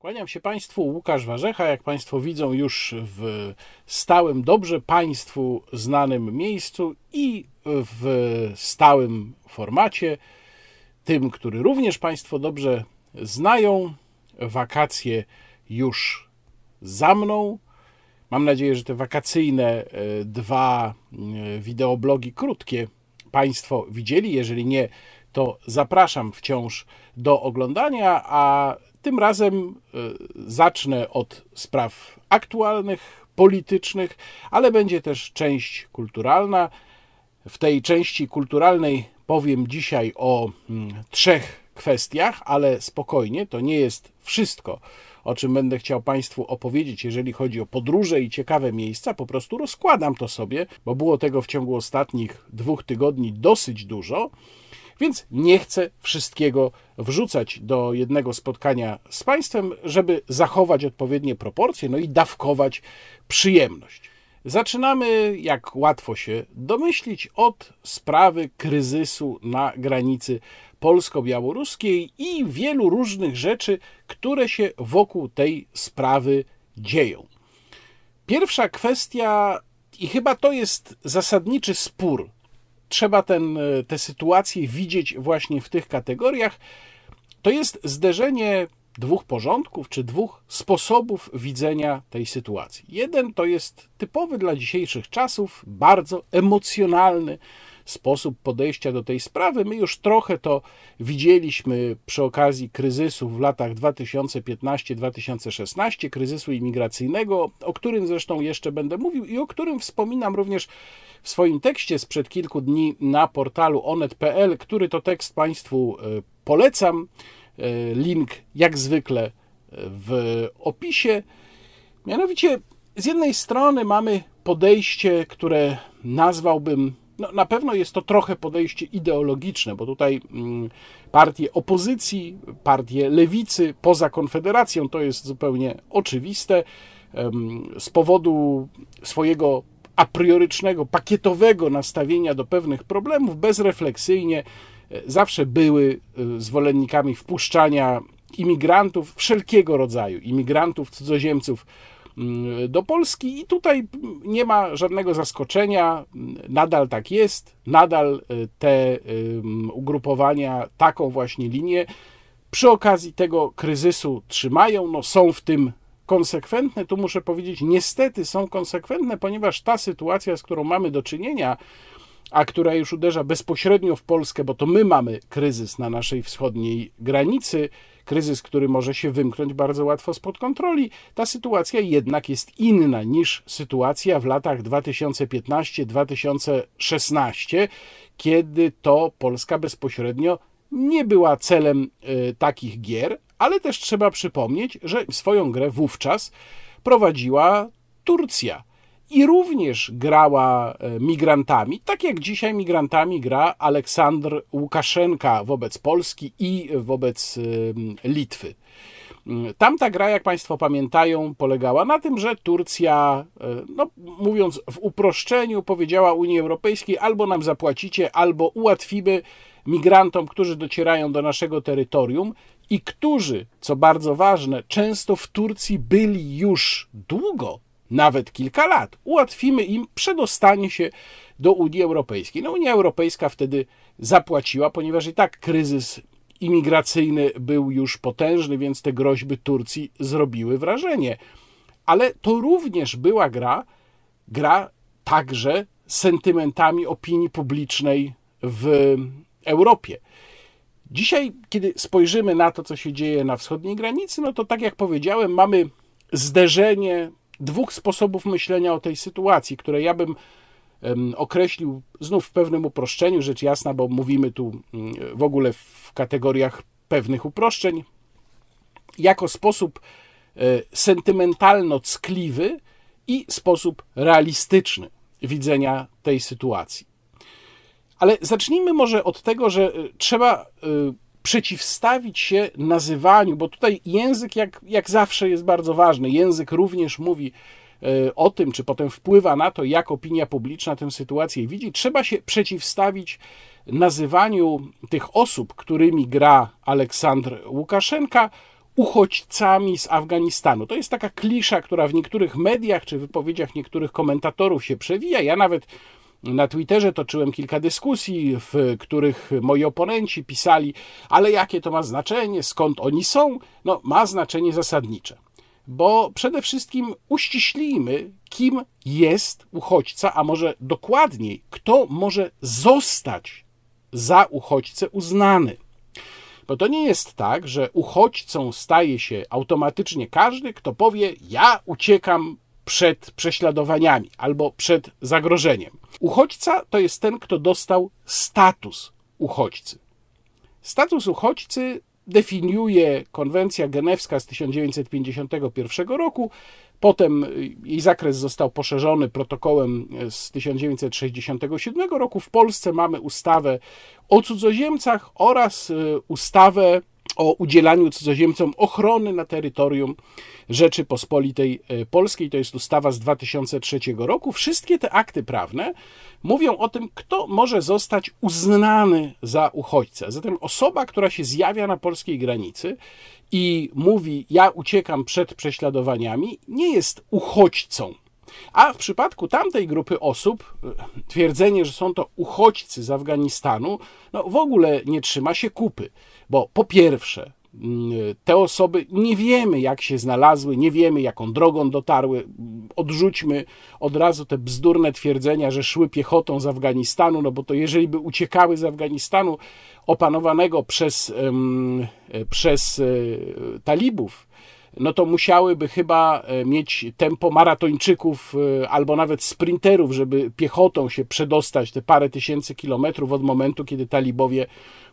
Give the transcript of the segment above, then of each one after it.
Kłaniam się Państwu, Łukasz Warzecha, jak Państwo widzą już w stałym, dobrze Państwu znanym miejscu i w stałym formacie, tym, który również Państwo dobrze znają. Wakacje już za mną. Mam nadzieję, że te wakacyjne dwa wideoblogi krótkie Państwo widzieli. Jeżeli nie, to zapraszam wciąż do oglądania, a tym razem zacznę od spraw aktualnych, politycznych, ale będzie też część kulturalna. W tej części kulturalnej powiem dzisiaj o 3 kwestiach, ale spokojnie, to nie jest wszystko, o czym będę chciał Państwu opowiedzieć, jeżeli chodzi o podróże i ciekawe miejsca. Po prostu rozkładam to sobie, bo było tego w ciągu ostatnich 2 tygodni dosyć dużo. Więc nie chcę wszystkiego wrzucać do jednego spotkania z Państwem, żeby zachować odpowiednie proporcje, no i dawkować przyjemność. Zaczynamy, jak łatwo się domyślić, od sprawy kryzysu na granicy polsko-białoruskiej i wielu różnych rzeczy, które się wokół tej sprawy dzieją. Pierwsza kwestia, i chyba to jest zasadniczy spór, trzeba tę sytuację widzieć właśnie w tych kategoriach, to jest zderzenie 2 porządków czy 2 sposobów widzenia tej sytuacji. Jeden to jest typowy dla dzisiejszych czasów, bardzo emocjonalny sposób podejścia do tej sprawy. My już trochę to widzieliśmy przy okazji kryzysu w latach 2015-2016, kryzysu imigracyjnego, o którym zresztą jeszcze będę mówił i o którym wspominam również w swoim tekście sprzed kilku dni na portalu onet.pl, który to tekst Państwu polecam. Link jak zwykle w opisie. Mianowicie z jednej strony mamy podejście, które nazwałbym, na pewno jest to trochę podejście ideologiczne, bo tutaj partie opozycji, partie lewicy poza Konfederacją, to jest zupełnie oczywiste, z powodu swojego a priorycznego, pakietowego nastawienia do pewnych problemów bezrefleksyjnie zawsze były zwolennikami wpuszczania imigrantów, wszelkiego rodzaju imigrantów, cudzoziemców do Polski i tutaj nie ma żadnego zaskoczenia, nadal tak jest, nadal te ugrupowania taką właśnie linię przy okazji tego kryzysu trzymają, są w tym konsekwentne. Tu muszę powiedzieć, niestety są konsekwentne, ponieważ ta sytuacja, z którą mamy do czynienia, a która już uderza bezpośrednio w Polskę, bo to my mamy kryzys na naszej wschodniej granicy, kryzys, który może się wymknąć bardzo łatwo spod kontroli, ta sytuacja jednak jest inna niż sytuacja w latach 2015-2016, kiedy to Polska bezpośrednio nie była celem takich gier, ale też trzeba przypomnieć, że swoją grę wówczas prowadziła Turcja. I również grała migrantami, tak jak dzisiaj migrantami gra Aleksandr Łukaszenka wobec Polski i wobec Litwy. Tamta gra, jak Państwo pamiętają, polegała na tym, że Turcja, mówiąc w uproszczeniu, powiedziała Unii Europejskiej: albo nam zapłacicie, albo ułatwimy migrantom, którzy docierają do naszego terytorium i którzy, co bardzo ważne, często w Turcji byli już długo, nawet kilka lat, ułatwimy im przedostanie się do Unii Europejskiej. Unia Europejska wtedy zapłaciła, ponieważ i tak kryzys imigracyjny był już potężny, więc te groźby Turcji zrobiły wrażenie. Ale to również była gra także sentymentami opinii publicznej w Europie. Dzisiaj, kiedy spojrzymy na to, co się dzieje na wschodniej granicy, to tak jak powiedziałem, mamy zderzenie 2 sposobów myślenia o tej sytuacji, które ja bym określił znów w pewnym uproszczeniu, rzecz jasna, bo mówimy tu w ogóle w kategoriach pewnych uproszczeń, jako sposób sentymentalno-ckliwy i sposób realistyczny widzenia tej sytuacji. Ale zacznijmy może od tego, że trzeba przeciwstawić się nazywaniu, bo tutaj język jak zawsze jest bardzo ważny. Język również mówi o tym, czy potem wpływa na to, jak opinia publiczna tę sytuację widzi. Trzeba się przeciwstawić nazywaniu tych osób, którymi gra Aleksandr Łukaszenka, uchodźcami z Afganistanu. To jest taka klisza, która w niektórych mediach czy wypowiedziach niektórych komentatorów się przewija. Ja nawet na Twitterze toczyłem kilka dyskusji, w których moi oponenci pisali, ale jakie to ma znaczenie, skąd oni są? No, ma znaczenie zasadnicze, bo przede wszystkim uściślimy, kim jest uchodźca, a może dokładniej, kto może zostać za uchodźcę uznany. Bo to nie jest tak, że uchodźcą staje się automatycznie każdy, kto powie: ja uciekam przed prześladowaniami albo przed zagrożeniem. Uchodźca to jest ten, kto dostał status uchodźcy. Status uchodźcy definiuje konwencja genewska z 1951 roku. Potem jej zakres został poszerzony protokołem z 1967 roku. W Polsce mamy ustawę o cudzoziemcach oraz ustawę o udzielaniu cudzoziemcom ochrony na terytorium Rzeczypospolitej Polskiej. To jest ustawa z 2003 roku. Wszystkie te akty prawne mówią o tym, kto może zostać uznany za uchodźcę. Zatem osoba, która się zjawia na polskiej granicy i mówi: ja uciekam przed prześladowaniami, nie jest uchodźcą. A w przypadku tamtej grupy osób twierdzenie, że są to uchodźcy z Afganistanu, no w ogóle nie trzyma się kupy, bo po pierwsze, te osoby nie wiemy, jak się znalazły, nie wiemy, jaką drogą dotarły. Odrzućmy od razu te bzdurne twierdzenia, że szły piechotą z Afganistanu, no bo to jeżeli by uciekały z Afganistanu opanowanego przez talibów, no to musiałyby chyba mieć tempo maratończyków albo nawet sprinterów, żeby piechotą się przedostać te parę tysięcy kilometrów od momentu, kiedy talibowie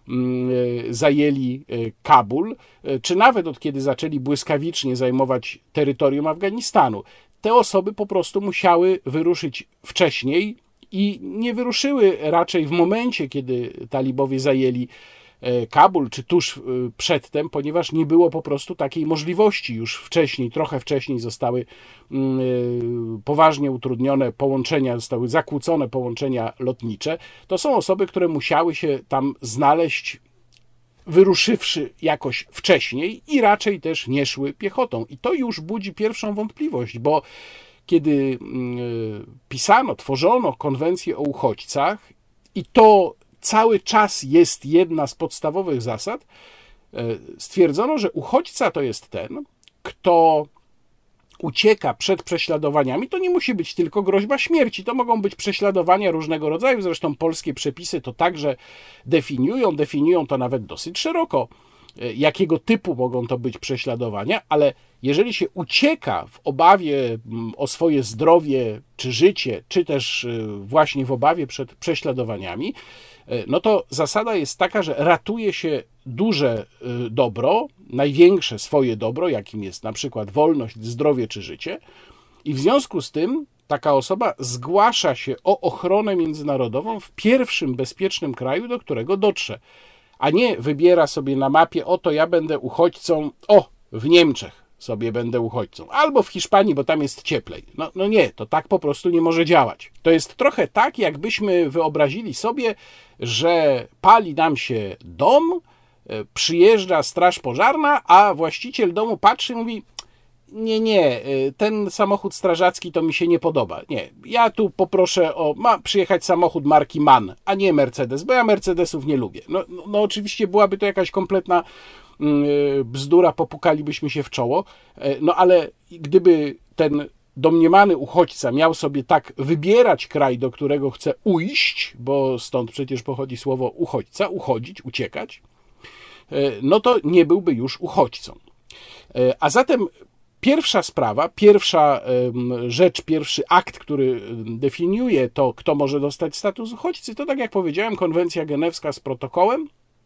zajęli Kabul, czy nawet od kiedy zaczęli błyskawicznie zajmować terytorium Afganistanu. Te osoby po prostu musiały wyruszyć wcześniej i nie wyruszyły raczej w momencie, kiedy talibowie zajęli Kabul, czy tuż przedtem, ponieważ nie było po prostu takiej możliwości. Już wcześniej, trochę wcześniej zostały poważnie utrudnione połączenia, zostały zakłócone połączenia lotnicze. To są osoby, które musiały się tam znaleźć, wyruszywszy jakoś wcześniej i raczej też nie szły piechotą. I to już budzi pierwszą wątpliwość, bo kiedy pisano, tworzono konwencję o uchodźcach i to cały czas jest jedna z podstawowych zasad, stwierdzono, że uchodźca to jest ten, kto ucieka przed prześladowaniami. To nie musi być tylko groźba śmierci, to mogą być prześladowania różnego rodzaju, zresztą polskie przepisy to także definiują to nawet dosyć szeroko, jakiego typu mogą to być prześladowania, ale jeżeli się ucieka w obawie o swoje zdrowie czy życie, czy też właśnie w obawie przed prześladowaniami, no to zasada jest taka, że ratuje się duże dobro, największe swoje dobro, jakim jest na przykład wolność, zdrowie czy życie, i w związku z tym taka osoba zgłasza się o ochronę międzynarodową w pierwszym bezpiecznym kraju, do którego dotrze, a nie wybiera sobie na mapie: oto ja będę uchodźcą, w Niemczech sobie będę uchodźcą, albo w Hiszpanii, bo tam jest cieplej. No nie, to tak po prostu nie może działać. To jest trochę tak, jakbyśmy wyobrazili sobie, że pali nam się dom, przyjeżdża straż pożarna, a właściciel domu patrzy i mówi: nie, ten samochód strażacki to mi się nie podoba. Nie, ja tu poproszę ma przyjechać samochód marki MAN, a nie Mercedes, bo ja Mercedesów nie lubię. No oczywiście byłaby to jakaś kompletna bzdura, popukalibyśmy się w czoło, no ale gdyby ten domniemany uchodźca miał sobie tak wybierać kraj, do którego chce ujść, bo stąd przecież pochodzi słowo uchodźca, uchodzić, uciekać, no to nie byłby już uchodźcą. A zatem pierwsza sprawa, pierwsza rzecz, pierwszy akt, który definiuje to, kto może dostać status uchodźcy, to, tak jak powiedziałem, konwencja genewska z protokołem.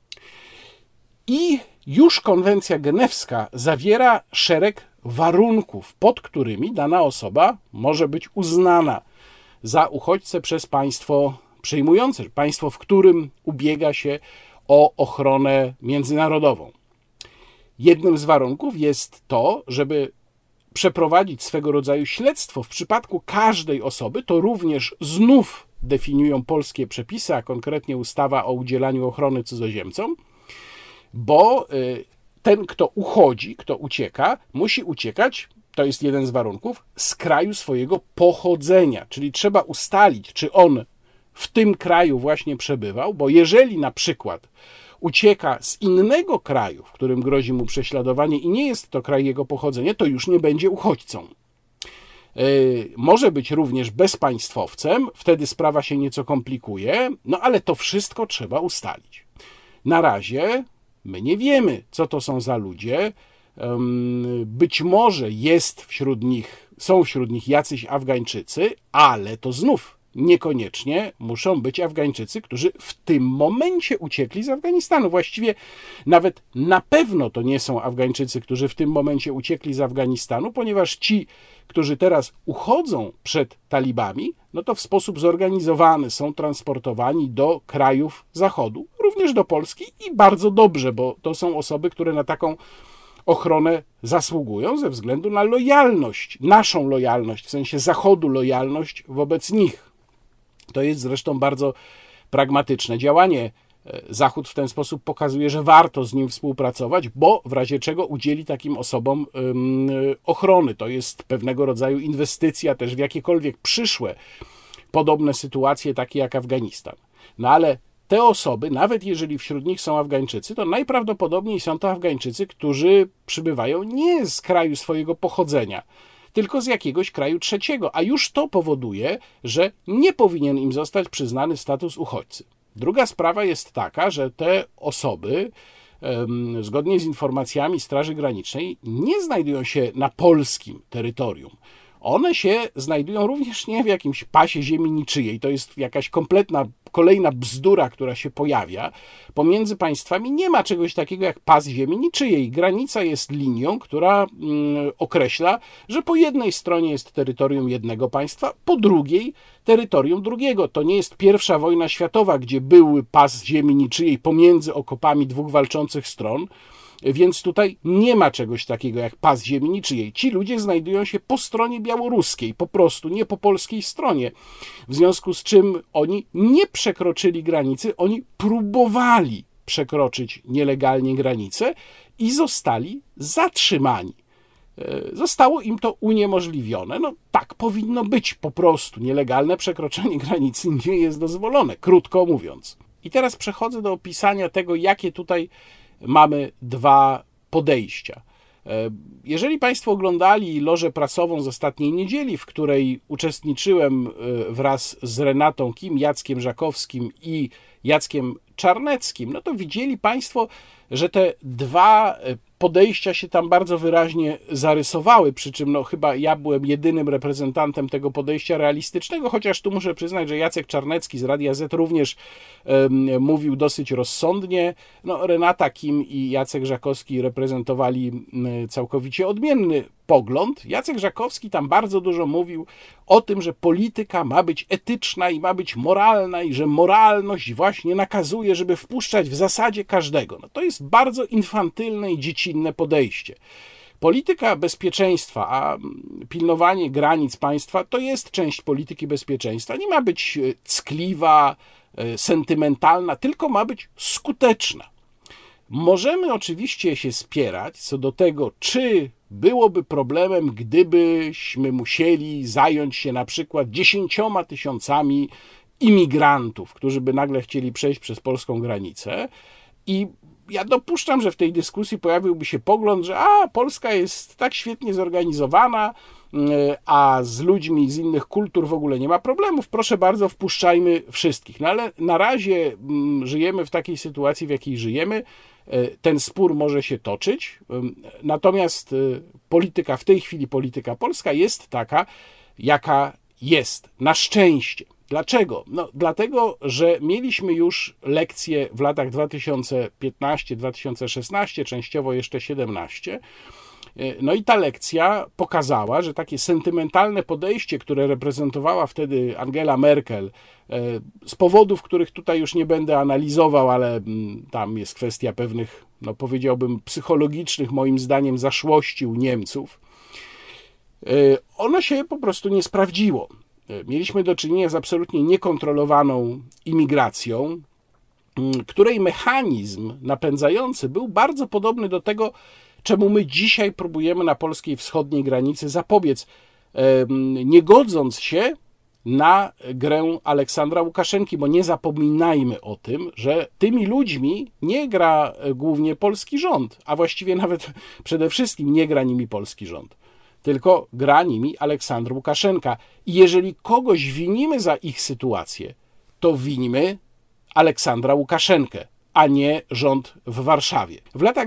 I już konwencja genewska zawiera szereg warunków, pod którymi dana osoba może być uznana za uchodźcę przez państwo przyjmujące, państwo, w którym ubiega się o ochronę międzynarodową. Jednym z warunków jest to, żeby przeprowadzić swego rodzaju śledztwo w przypadku każdej osoby, to również znów definiują polskie przepisy, a konkretnie ustawa o udzielaniu ochrony cudzoziemcom, bo ten, kto uchodzi, kto ucieka, musi uciekać, to jest jeden z warunków, z kraju swojego pochodzenia. Czyli trzeba ustalić, czy on w tym kraju właśnie przebywał, bo jeżeli na przykład ucieka z innego kraju, w którym grozi mu prześladowanie i nie jest to kraj jego pochodzenia, to już nie będzie uchodźcą. Może być również bezpaństwowcem, wtedy sprawa się nieco komplikuje, no ale to wszystko trzeba ustalić. Na razie my nie wiemy, co to są za ludzie. Być może są wśród nich jacyś Afgańczycy, ale to znów niekoniecznie muszą być Afgańczycy, którzy w tym momencie uciekli z Afganistanu. Właściwie nawet na pewno to nie są Afgańczycy, którzy w tym momencie uciekli z Afganistanu, ponieważ ci, którzy teraz uchodzą przed talibami, no to w sposób zorganizowany są transportowani do krajów Zachodu, również do Polski i bardzo dobrze, bo to są osoby, które na taką ochronę zasługują ze względu na lojalność, naszą lojalność, w sensie Zachodu lojalność wobec nich. To jest zresztą bardzo pragmatyczne działanie. Zachód w ten sposób pokazuje, że warto z nim współpracować, bo w razie czego udzieli takim osobom ochrony. To jest pewnego rodzaju inwestycja też w jakiekolwiek przyszłe podobne sytuacje, takie jak Afganistan. No ale te osoby, nawet jeżeli wśród nich są Afgańczycy, to najprawdopodobniej są to Afgańczycy, którzy przybywają nie z kraju swojego pochodzenia, tylko z jakiegoś kraju trzeciego, a już to powoduje, że nie powinien im zostać przyznany status uchodźcy. Druga sprawa jest taka, że te osoby, zgodnie z informacjami Straży Granicznej, nie znajdują się na polskim terytorium. One się znajdują również nie w jakimś pasie ziemi niczyjej. To jest jakaś kolejna bzdura, która się pojawia. Pomiędzy państwami nie ma czegoś takiego jak pas ziemi niczyjej. Granica jest linią, która określa, że po jednej stronie jest terytorium jednego państwa, po drugiej terytorium drugiego. To nie jest I wojna światowa, gdzie był pas ziemi niczyjej pomiędzy okopami dwóch walczących stron. Więc tutaj nie ma czegoś takiego jak pas ziemi niczyjej. Ci ludzie znajdują się po stronie białoruskiej, po prostu nie po polskiej stronie. W związku z czym oni nie przekroczyli granicy, oni próbowali przekroczyć nielegalnie granicę i zostali zatrzymani. Zostało im to uniemożliwione. No tak powinno być po prostu. Nielegalne przekroczenie granicy nie jest dozwolone, krótko mówiąc. I teraz przechodzę do opisania tego, jakie tutaj mamy dwa podejścia. Jeżeli Państwo oglądali lożę prasową z ostatniej niedzieli, w której uczestniczyłem wraz z Renatą Kim, Jackiem Żakowskim i Jackiem Czarneckim, no to widzieli Państwo, że te dwa podejścia się tam bardzo wyraźnie zarysowały, przy czym no, chyba ja byłem jedynym reprezentantem tego podejścia realistycznego, chociaż tu muszę przyznać, że Jacek Czarnecki z Radia Z również mówił dosyć rozsądnie. No, Renata Kim i Jacek Żakowski reprezentowali całkowicie odmienny pogląd. Jacek Żakowski tam bardzo dużo mówił o tym, że polityka ma być etyczna i ma być moralna i że moralność właśnie nakazuje, żeby wpuszczać w zasadzie każdego. No to jest bardzo infantylne i dziecinne podejście. Polityka bezpieczeństwa, a pilnowanie granic państwa to jest część polityki bezpieczeństwa. Nie ma być ckliwa, sentymentalna, tylko ma być skuteczna. Możemy oczywiście się spierać co do tego, czy byłoby problemem, gdybyśmy musieli zająć się na przykład 10 000 imigrantów, którzy by nagle chcieli przejść przez polską granicę. I ja dopuszczam, że w tej dyskusji pojawiłby się pogląd, że Polska jest tak świetnie zorganizowana, a z ludźmi z innych kultur w ogóle nie ma problemów. Proszę bardzo, wpuszczajmy wszystkich. No ale na razie żyjemy w takiej sytuacji, w jakiej żyjemy. Ten spór może się toczyć, natomiast polityka, w tej chwili polityka polska jest taka, jaka jest. Na szczęście. Dlaczego? No, dlatego, że mieliśmy już lekcje w latach 2015-2016, częściowo jeszcze 2017. No i ta lekcja pokazała, że takie sentymentalne podejście, które reprezentowała wtedy Angela Merkel, z powodów, których tutaj już nie będę analizował, ale tam jest kwestia pewnych, no powiedziałbym, psychologicznych, moim zdaniem, zaszłości u Niemców, ono się po prostu nie sprawdziło. Mieliśmy do czynienia z absolutnie niekontrolowaną imigracją. której mechanizm napędzający był bardzo podobny do tego, czemu my dzisiaj próbujemy na polskiej wschodniej granicy zapobiec, nie godząc się na grę Aleksandra Łukaszenki, bo nie zapominajmy o tym, że tymi ludźmi nie gra głównie polski rząd, a właściwie nawet przede wszystkim nie gra nimi polski rząd, tylko gra nimi Aleksandr Łukaszenka. I jeżeli kogoś winimy za ich sytuację, to winimy Aleksandra Łukaszenkę, a nie rząd w Warszawie. W latach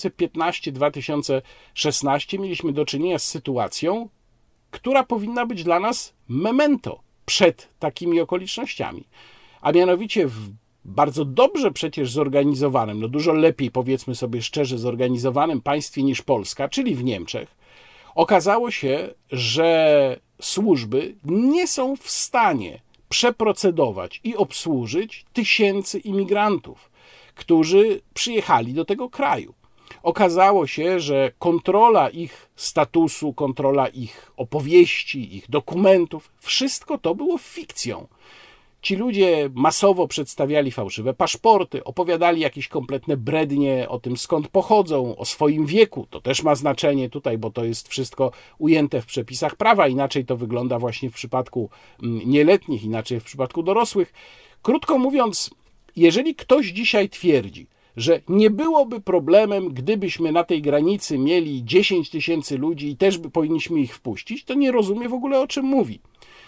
2015-2016 mieliśmy do czynienia z sytuacją, która powinna być dla nas memento przed takimi okolicznościami. A mianowicie w bardzo dobrze przecież zorganizowanym, no dużo lepiej, powiedzmy sobie szczerze, zorganizowanym państwie niż Polska, czyli w Niemczech, okazało się, że służby nie są w stanie przeprocedować i obsłużyć tysięcy imigrantów, którzy przyjechali do tego kraju. Okazało się, że kontrola ich statusu, kontrola ich opowieści, ich dokumentów, wszystko to było fikcją. Ci ludzie masowo przedstawiali fałszywe paszporty, opowiadali jakieś kompletne brednie o tym, skąd pochodzą, o swoim wieku. To też ma znaczenie tutaj, bo to jest wszystko ujęte w przepisach prawa. Inaczej to wygląda właśnie w przypadku nieletnich, inaczej w przypadku dorosłych. Krótko mówiąc, jeżeli ktoś dzisiaj twierdzi, że nie byłoby problemem, gdybyśmy na tej granicy mieli 10 000 ludzi i też powinniśmy ich wpuścić, to nie rozumie w ogóle, o czym mówi.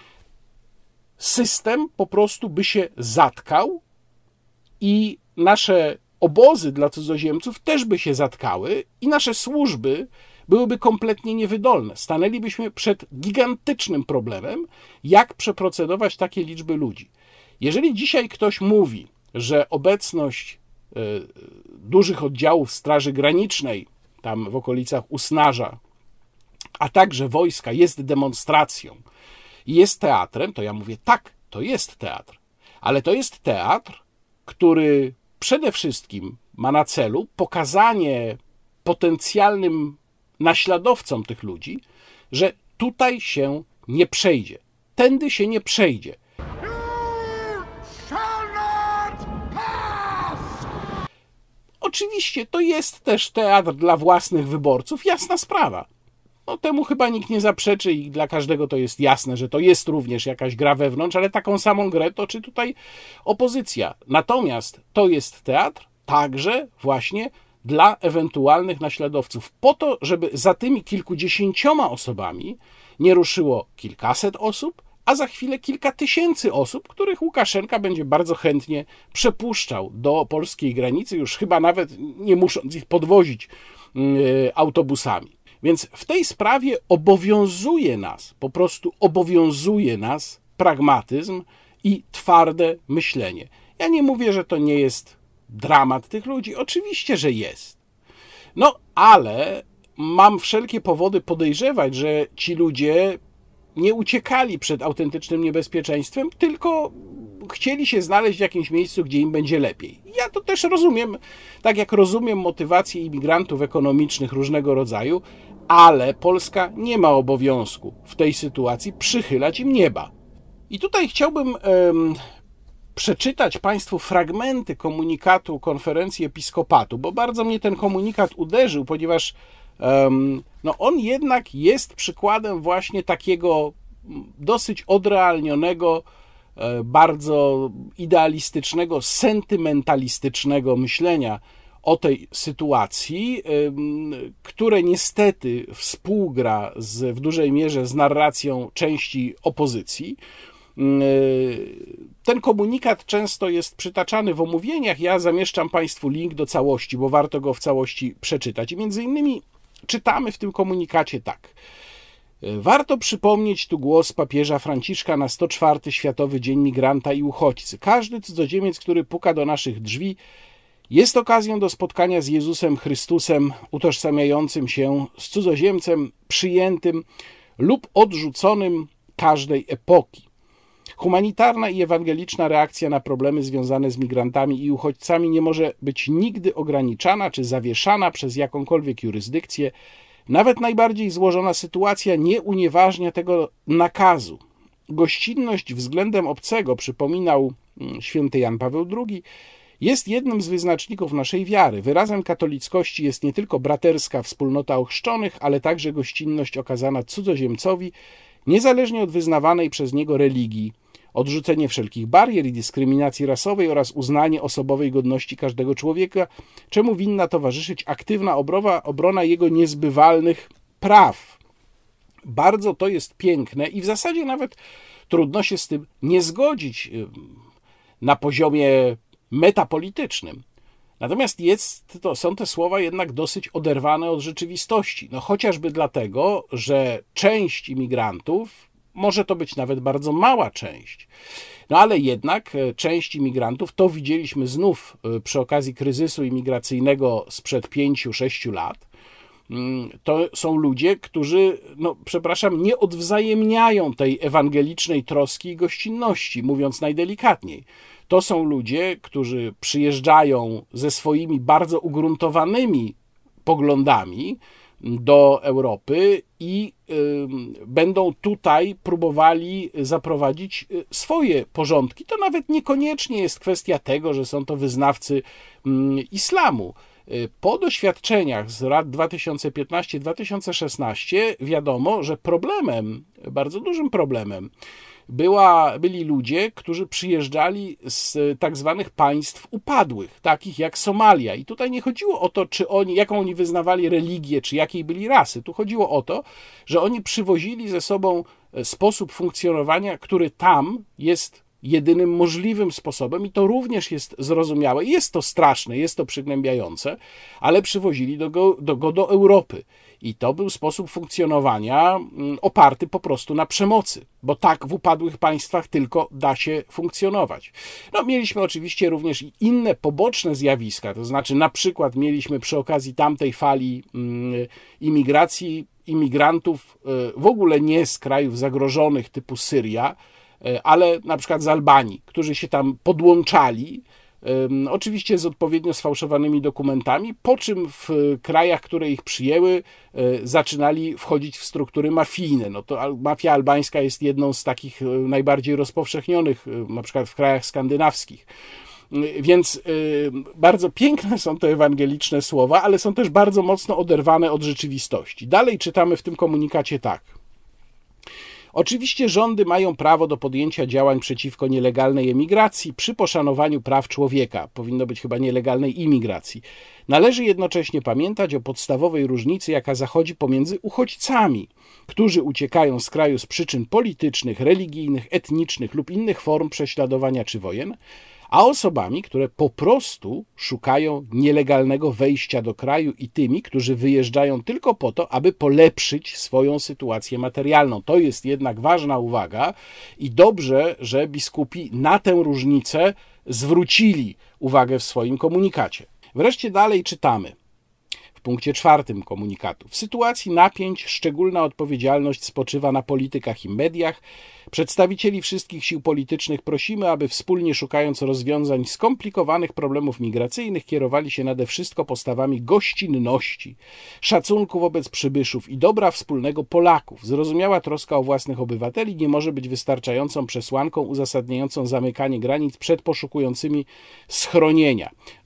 System po prostu by się zatkał i nasze obozy dla cudzoziemców też by się zatkały i nasze służby byłyby kompletnie niewydolne. Stanęlibyśmy przed gigantycznym problemem, jak przeprocedować takie liczby ludzi. Jeżeli dzisiaj ktoś mówi, że obecność dużych oddziałów Straży Granicznej, tam w okolicach Usnarza, a także wojska jest demonstracją i jest teatrem, to ja mówię tak, to jest teatr. Ale to jest teatr, który przede wszystkim ma na celu pokazanie potencjalnym naśladowcom tych ludzi, że tutaj się nie przejdzie. Tędy się nie przejdzie. Oczywiście to jest też teatr dla własnych wyborców, jasna sprawa. No, temu chyba nikt nie zaprzeczy i dla każdego to jest jasne, że to jest również jakaś gra wewnątrz, ale taką samą grę toczy tutaj opozycja. Natomiast to jest teatr także właśnie dla ewentualnych naśladowców, po to, żeby za tymi kilkudziesięcioma osobami nie ruszyło kilkaset osób, a za chwilę kilka tysięcy osób, których Łukaszenka będzie bardzo chętnie przepuszczał do polskiej granicy, już chyba nawet nie musząc ich podwozić autobusami. Więc w tej sprawie obowiązuje nas, po prostu obowiązuje nas pragmatyzm i twarde myślenie. Ja nie mówię, że to nie jest dramat tych ludzi, oczywiście, że jest. No, ale mam wszelkie powody podejrzewać, że ci ludzie nie uciekali przed autentycznym niebezpieczeństwem, tylko chcieli się znaleźć w jakimś miejscu, gdzie im będzie lepiej. Ja to też rozumiem, tak jak rozumiem motywację imigrantów ekonomicznych różnego rodzaju, ale Polska nie ma obowiązku w tej sytuacji przychylać im nieba. I tutaj chciałbym przeczytać Państwu fragmenty komunikatu Konferencji Episkopatu, bo bardzo mnie ten komunikat uderzył, ponieważ no on jednak jest przykładem właśnie takiego dosyć odrealnionego, bardzo idealistycznego, sentymentalistycznego myślenia o tej sytuacji, które niestety współgra w dużej mierze z narracją części opozycji. Ten komunikat często jest przytaczany w omówieniach. Ja zamieszczam Państwu link do całości, bo warto go w całości przeczytać. I między innymi czytamy w tym komunikacie tak. Warto przypomnieć tu głos papieża Franciszka na 104. Światowy Dzień Migranta i Uchodźcy. Każdy cudzoziemiec, który puka do naszych drzwi, jest okazją do spotkania z Jezusem Chrystusem, utożsamiającym się z cudzoziemcem przyjętym lub odrzuconym każdej epoki. Humanitarna i ewangeliczna reakcja na problemy związane z migrantami i uchodźcami nie może być nigdy ograniczana czy zawieszana przez jakąkolwiek jurysdykcję. Nawet najbardziej złożona sytuacja nie unieważnia tego nakazu. Gościnność względem obcego, przypominał święty Jan Paweł II, jest jednym z wyznaczników naszej wiary. Wyrazem katolickości jest nie tylko braterska wspólnota ochrzczonych, ale także gościnność okazana cudzoziemcowi, niezależnie od wyznawanej przez niego religii, odrzucenie wszelkich barier i dyskryminacji rasowej oraz uznanie osobowej godności każdego człowieka, czemu winna towarzyszyć aktywna obrona jego niezbywalnych praw. Bardzo to jest piękne i w zasadzie nawet trudno się z tym nie zgodzić na poziomie metapolitycznym. Natomiast są te słowa jednak dosyć oderwane od rzeczywistości. No chociażby dlatego, że część imigrantów, może to być nawet bardzo mała część, no ale jednak część imigrantów, to widzieliśmy znów przy okazji kryzysu imigracyjnego sprzed 5-6 lat, to są ludzie, którzy, nie odwzajemniają tej ewangelicznej troski i gościnności, mówiąc najdelikatniej. To są ludzie, którzy przyjeżdżają ze swoimi bardzo ugruntowanymi poglądami do Europy i będą tutaj próbowali zaprowadzić swoje porządki. To nawet niekoniecznie jest kwestia tego, że są to wyznawcy islamu. Po doświadczeniach z lat 2015-2016 wiadomo, że bardzo dużym problemem byli ludzie, którzy przyjeżdżali z tak zwanych państw upadłych, takich jak Somalia. I tutaj nie chodziło o to, jaką oni wyznawali religię, czy jakiej byli rasy. Tu chodziło o to, że oni przywozili ze sobą sposób funkcjonowania, który tam jest jedynym możliwym sposobem i to również jest zrozumiałe. Jest to straszne, jest to przygnębiające, ale przywozili go do Europy. I to był sposób funkcjonowania oparty po prostu na przemocy, bo tak w upadłych państwach tylko da się funkcjonować. Mieliśmy oczywiście również i inne poboczne zjawiska, to znaczy na przykład mieliśmy przy okazji tamtej fali imigracji imigrantów w ogóle nie z krajów zagrożonych typu Syria, ale na przykład z Albanii, którzy się tam podłączali, oczywiście z odpowiednio sfałszowanymi dokumentami, po czym w krajach, które ich przyjęły, zaczynali wchodzić w struktury mafijne. To mafia albańska jest jedną z takich najbardziej rozpowszechnionych, na przykład w krajach skandynawskich. Więc bardzo piękne są te ewangeliczne słowa, ale są też bardzo mocno oderwane od rzeczywistości. Dalej czytamy w tym komunikacie tak. Oczywiście rządy mają prawo do podjęcia działań przeciwko nielegalnej emigracji przy poszanowaniu praw człowieka. Powinno być chyba nielegalnej imigracji. Należy jednocześnie pamiętać o podstawowej różnicy, jaka zachodzi pomiędzy uchodźcami, którzy uciekają z kraju z przyczyn politycznych, religijnych, etnicznych lub innych form prześladowania czy wojen, a osobami, które po prostu szukają nielegalnego wejścia do kraju i tymi, którzy wyjeżdżają tylko po to, aby polepszyć swoją sytuację materialną. To jest jednak ważna uwaga i dobrze, że biskupi na tę różnicę zwrócili uwagę w swoim komunikacie. Wreszcie dalej czytamy. W punkcie 4 komunikatu. W sytuacji napięć szczególna odpowiedzialność spoczywa na politykach i mediach. Przedstawicieli wszystkich sił politycznych prosimy, aby wspólnie szukając rozwiązań skomplikowanych problemów migracyjnych kierowali się nade wszystko postawami gościnności, szacunku wobec przybyszów i dobra wspólnego Polaków. Zrozumiała troska o własnych obywateli nie może być wystarczającą przesłanką uzasadniającą zamykanie granic przed poszukującymi schronienia.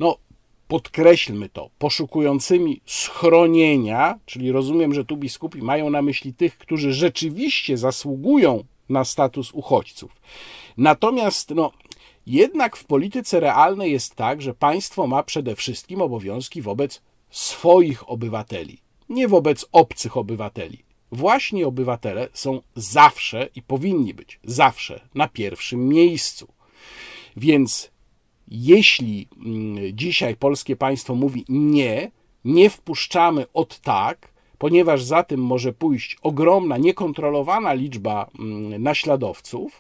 Podkreślmy to, poszukującymi schronienia, czyli rozumiem, że tu biskupi mają na myśli tych, którzy rzeczywiście zasługują na status uchodźców. Natomiast jednak w polityce realnej jest tak, że państwo ma przede wszystkim obowiązki wobec swoich obywateli, nie wobec obcych obywateli. Właśnie obywatele są zawsze i powinni być zawsze na pierwszym miejscu. Więc jeśli dzisiaj polskie państwo mówi nie wpuszczamy od tak, ponieważ za tym może pójść ogromna, niekontrolowana liczba naśladowców,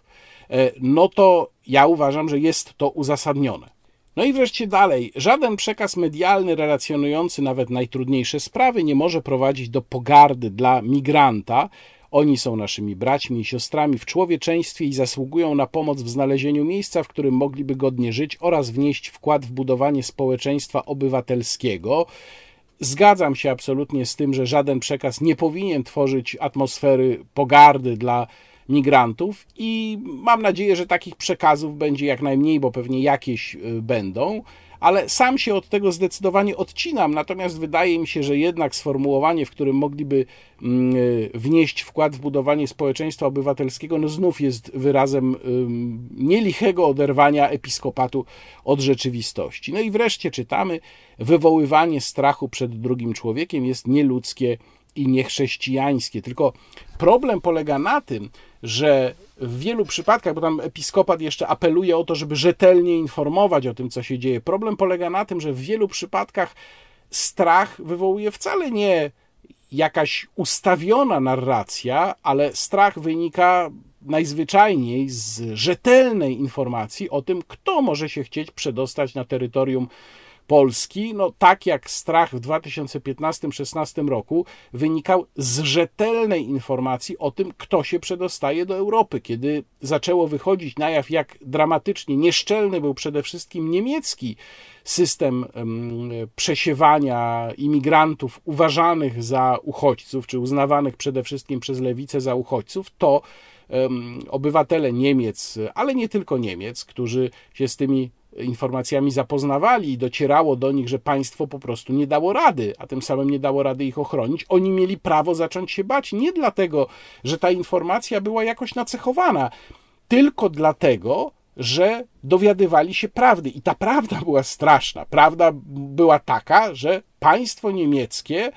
to ja uważam, że jest to uzasadnione. I wreszcie dalej. Żaden przekaz medialny relacjonujący nawet najtrudniejsze sprawy nie może prowadzić do pogardy dla migranta. Oni są naszymi braćmi i siostrami w człowieczeństwie i zasługują na pomoc w znalezieniu miejsca, w którym mogliby godnie żyć oraz wnieść wkład w budowanie społeczeństwa obywatelskiego. Zgadzam się absolutnie z tym, że żaden przekaz nie powinien tworzyć atmosfery pogardy dla migrantów i mam nadzieję, że takich przekazów będzie jak najmniej, bo pewnie jakieś będą, ale sam się od tego zdecydowanie odcinam, natomiast wydaje mi się, że jednak sformułowanie, w którym mogliby wnieść wkład w budowanie społeczeństwa obywatelskiego, no znów jest wyrazem nielichego oderwania episkopatu od rzeczywistości. No i wreszcie czytamy, wywoływanie strachu przed drugim człowiekiem jest nieludzkie i niechrześcijańskie. Tylko problem polega na tym, że w wielu przypadkach, bo tam episkopat jeszcze apeluje o to, żeby rzetelnie informować o tym, co się dzieje. Problem polega na tym, że w wielu przypadkach strach wywołuje wcale nie jakaś ustawiona narracja, ale strach wynika najzwyczajniej z rzetelnej informacji o tym, kto może się chcieć przedostać na terytorium Polski, no tak jak strach w 2015-16 roku wynikał z rzetelnej informacji o tym, kto się przedostaje do Europy. Kiedy zaczęło wychodzić na jaw, jak dramatycznie nieszczelny był przede wszystkim niemiecki system przesiewania imigrantów uważanych za uchodźców, czy uznawanych przede wszystkim przez lewicę za uchodźców, to obywatele Niemiec, ale nie tylko Niemiec, którzy się z tymi informacjami zapoznawali i docierało do nich, że państwo po prostu nie dało rady, a tym samym nie dało rady ich ochronić, oni mieli prawo zacząć się bać nie dlatego, że ta informacja była jakoś nacechowana, tylko dlatego, że dowiadywali się prawdy. I ta prawda była straszna. Prawda była taka, że państwo niemieckie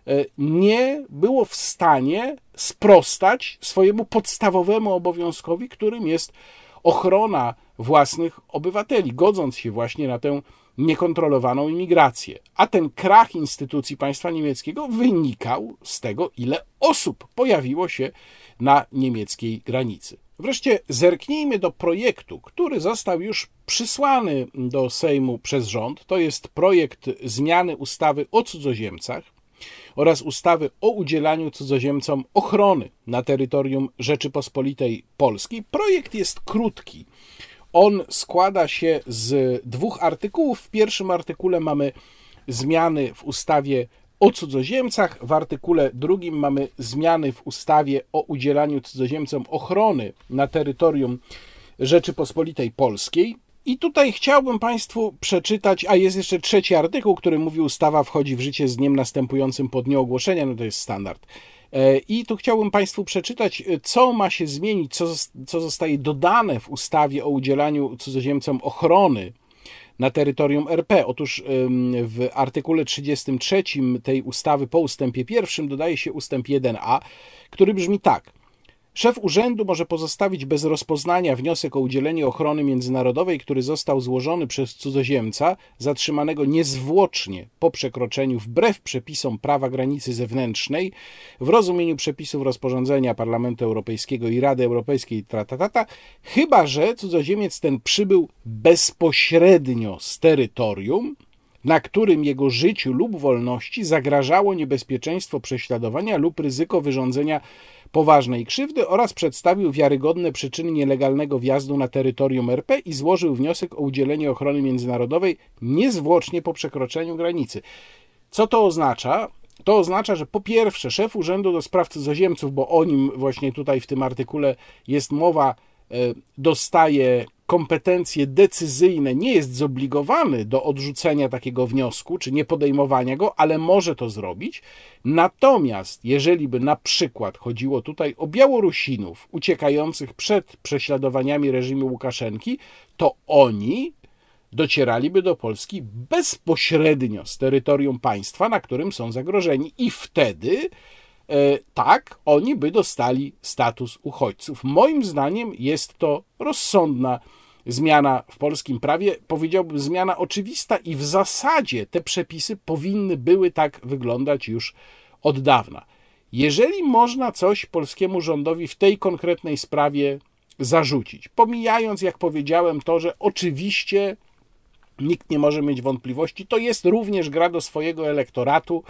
nie było w stanie sprostać swojemu podstawowemu obowiązkowi, którym jest ochrona własnych obywateli, godząc się właśnie na tę niekontrolowaną imigrację. A ten krach instytucji państwa niemieckiego wynikał z tego, ile osób pojawiło się na niemieckiej granicy. Wreszcie zerknijmy do projektu, który został już przysłany do Sejmu przez rząd. To jest projekt zmiany ustawy o cudzoziemcach oraz ustawy o udzielaniu cudzoziemcom ochrony na terytorium Rzeczypospolitej Polskiej. Projekt jest krótki. On składa się z 2 artykułów. W pierwszym artykule mamy zmiany w ustawie o cudzoziemcach, w artykule 2 mamy zmiany w ustawie o udzielaniu cudzoziemcom ochrony na terytorium Rzeczypospolitej Polskiej. I tutaj chciałbym Państwu przeczytać, a jest jeszcze 3 artykuł, który mówi, ustawa wchodzi w życie z dniem następującym po dniu ogłoszenia, no to jest standard. I tu chciałbym Państwu przeczytać, co ma się zmienić, co zostaje dodane w ustawie o udzielaniu cudzoziemcom ochrony na terytorium RP. Otóż w artykule 33 tej ustawy po ustępie 1 dodaje się ustęp 1a, który brzmi tak. Szef urzędu może pozostawić bez rozpoznania wniosek o udzielenie ochrony międzynarodowej, który został złożony przez cudzoziemca zatrzymanego niezwłocznie po przekroczeniu wbrew przepisom prawa granicy zewnętrznej w rozumieniu przepisów rozporządzenia Parlamentu Europejskiego i Rady Europejskiej chyba że cudzoziemiec ten przybył bezpośrednio z terytorium, na którym jego życiu lub wolności zagrażało niebezpieczeństwo prześladowania lub ryzyko wyrządzenia poważnej krzywdy oraz przedstawił wiarygodne przyczyny nielegalnego wjazdu na terytorium RP i złożył wniosek o udzielenie ochrony międzynarodowej niezwłocznie po przekroczeniu granicy. Co to oznacza? To oznacza, że po pierwsze szef Urzędu do Spraw Cudzoziemców, bo o nim właśnie tutaj w tym artykule jest mowa, dostaje kompetencje decyzyjne, nie jest zobligowany do odrzucenia takiego wniosku, czy nie podejmowania go, ale może to zrobić. Natomiast jeżeli by na przykład chodziło tutaj o Białorusinów uciekających przed prześladowaniami reżimu Łukaszenki, to oni docieraliby do Polski bezpośrednio z terytorium państwa, na którym są zagrożeni i wtedy tak, oni by dostali status uchodźców. Moim zdaniem jest to rozsądna zmiana w polskim prawie, powiedziałbym zmiana oczywista i w zasadzie te przepisy powinny były tak wyglądać już od dawna. Jeżeli można coś polskiemu rządowi w tej konkretnej sprawie zarzucić, pomijając, jak powiedziałem, to, że oczywiście nikt nie może mieć wątpliwości, to jest również gra do swojego elektoratu,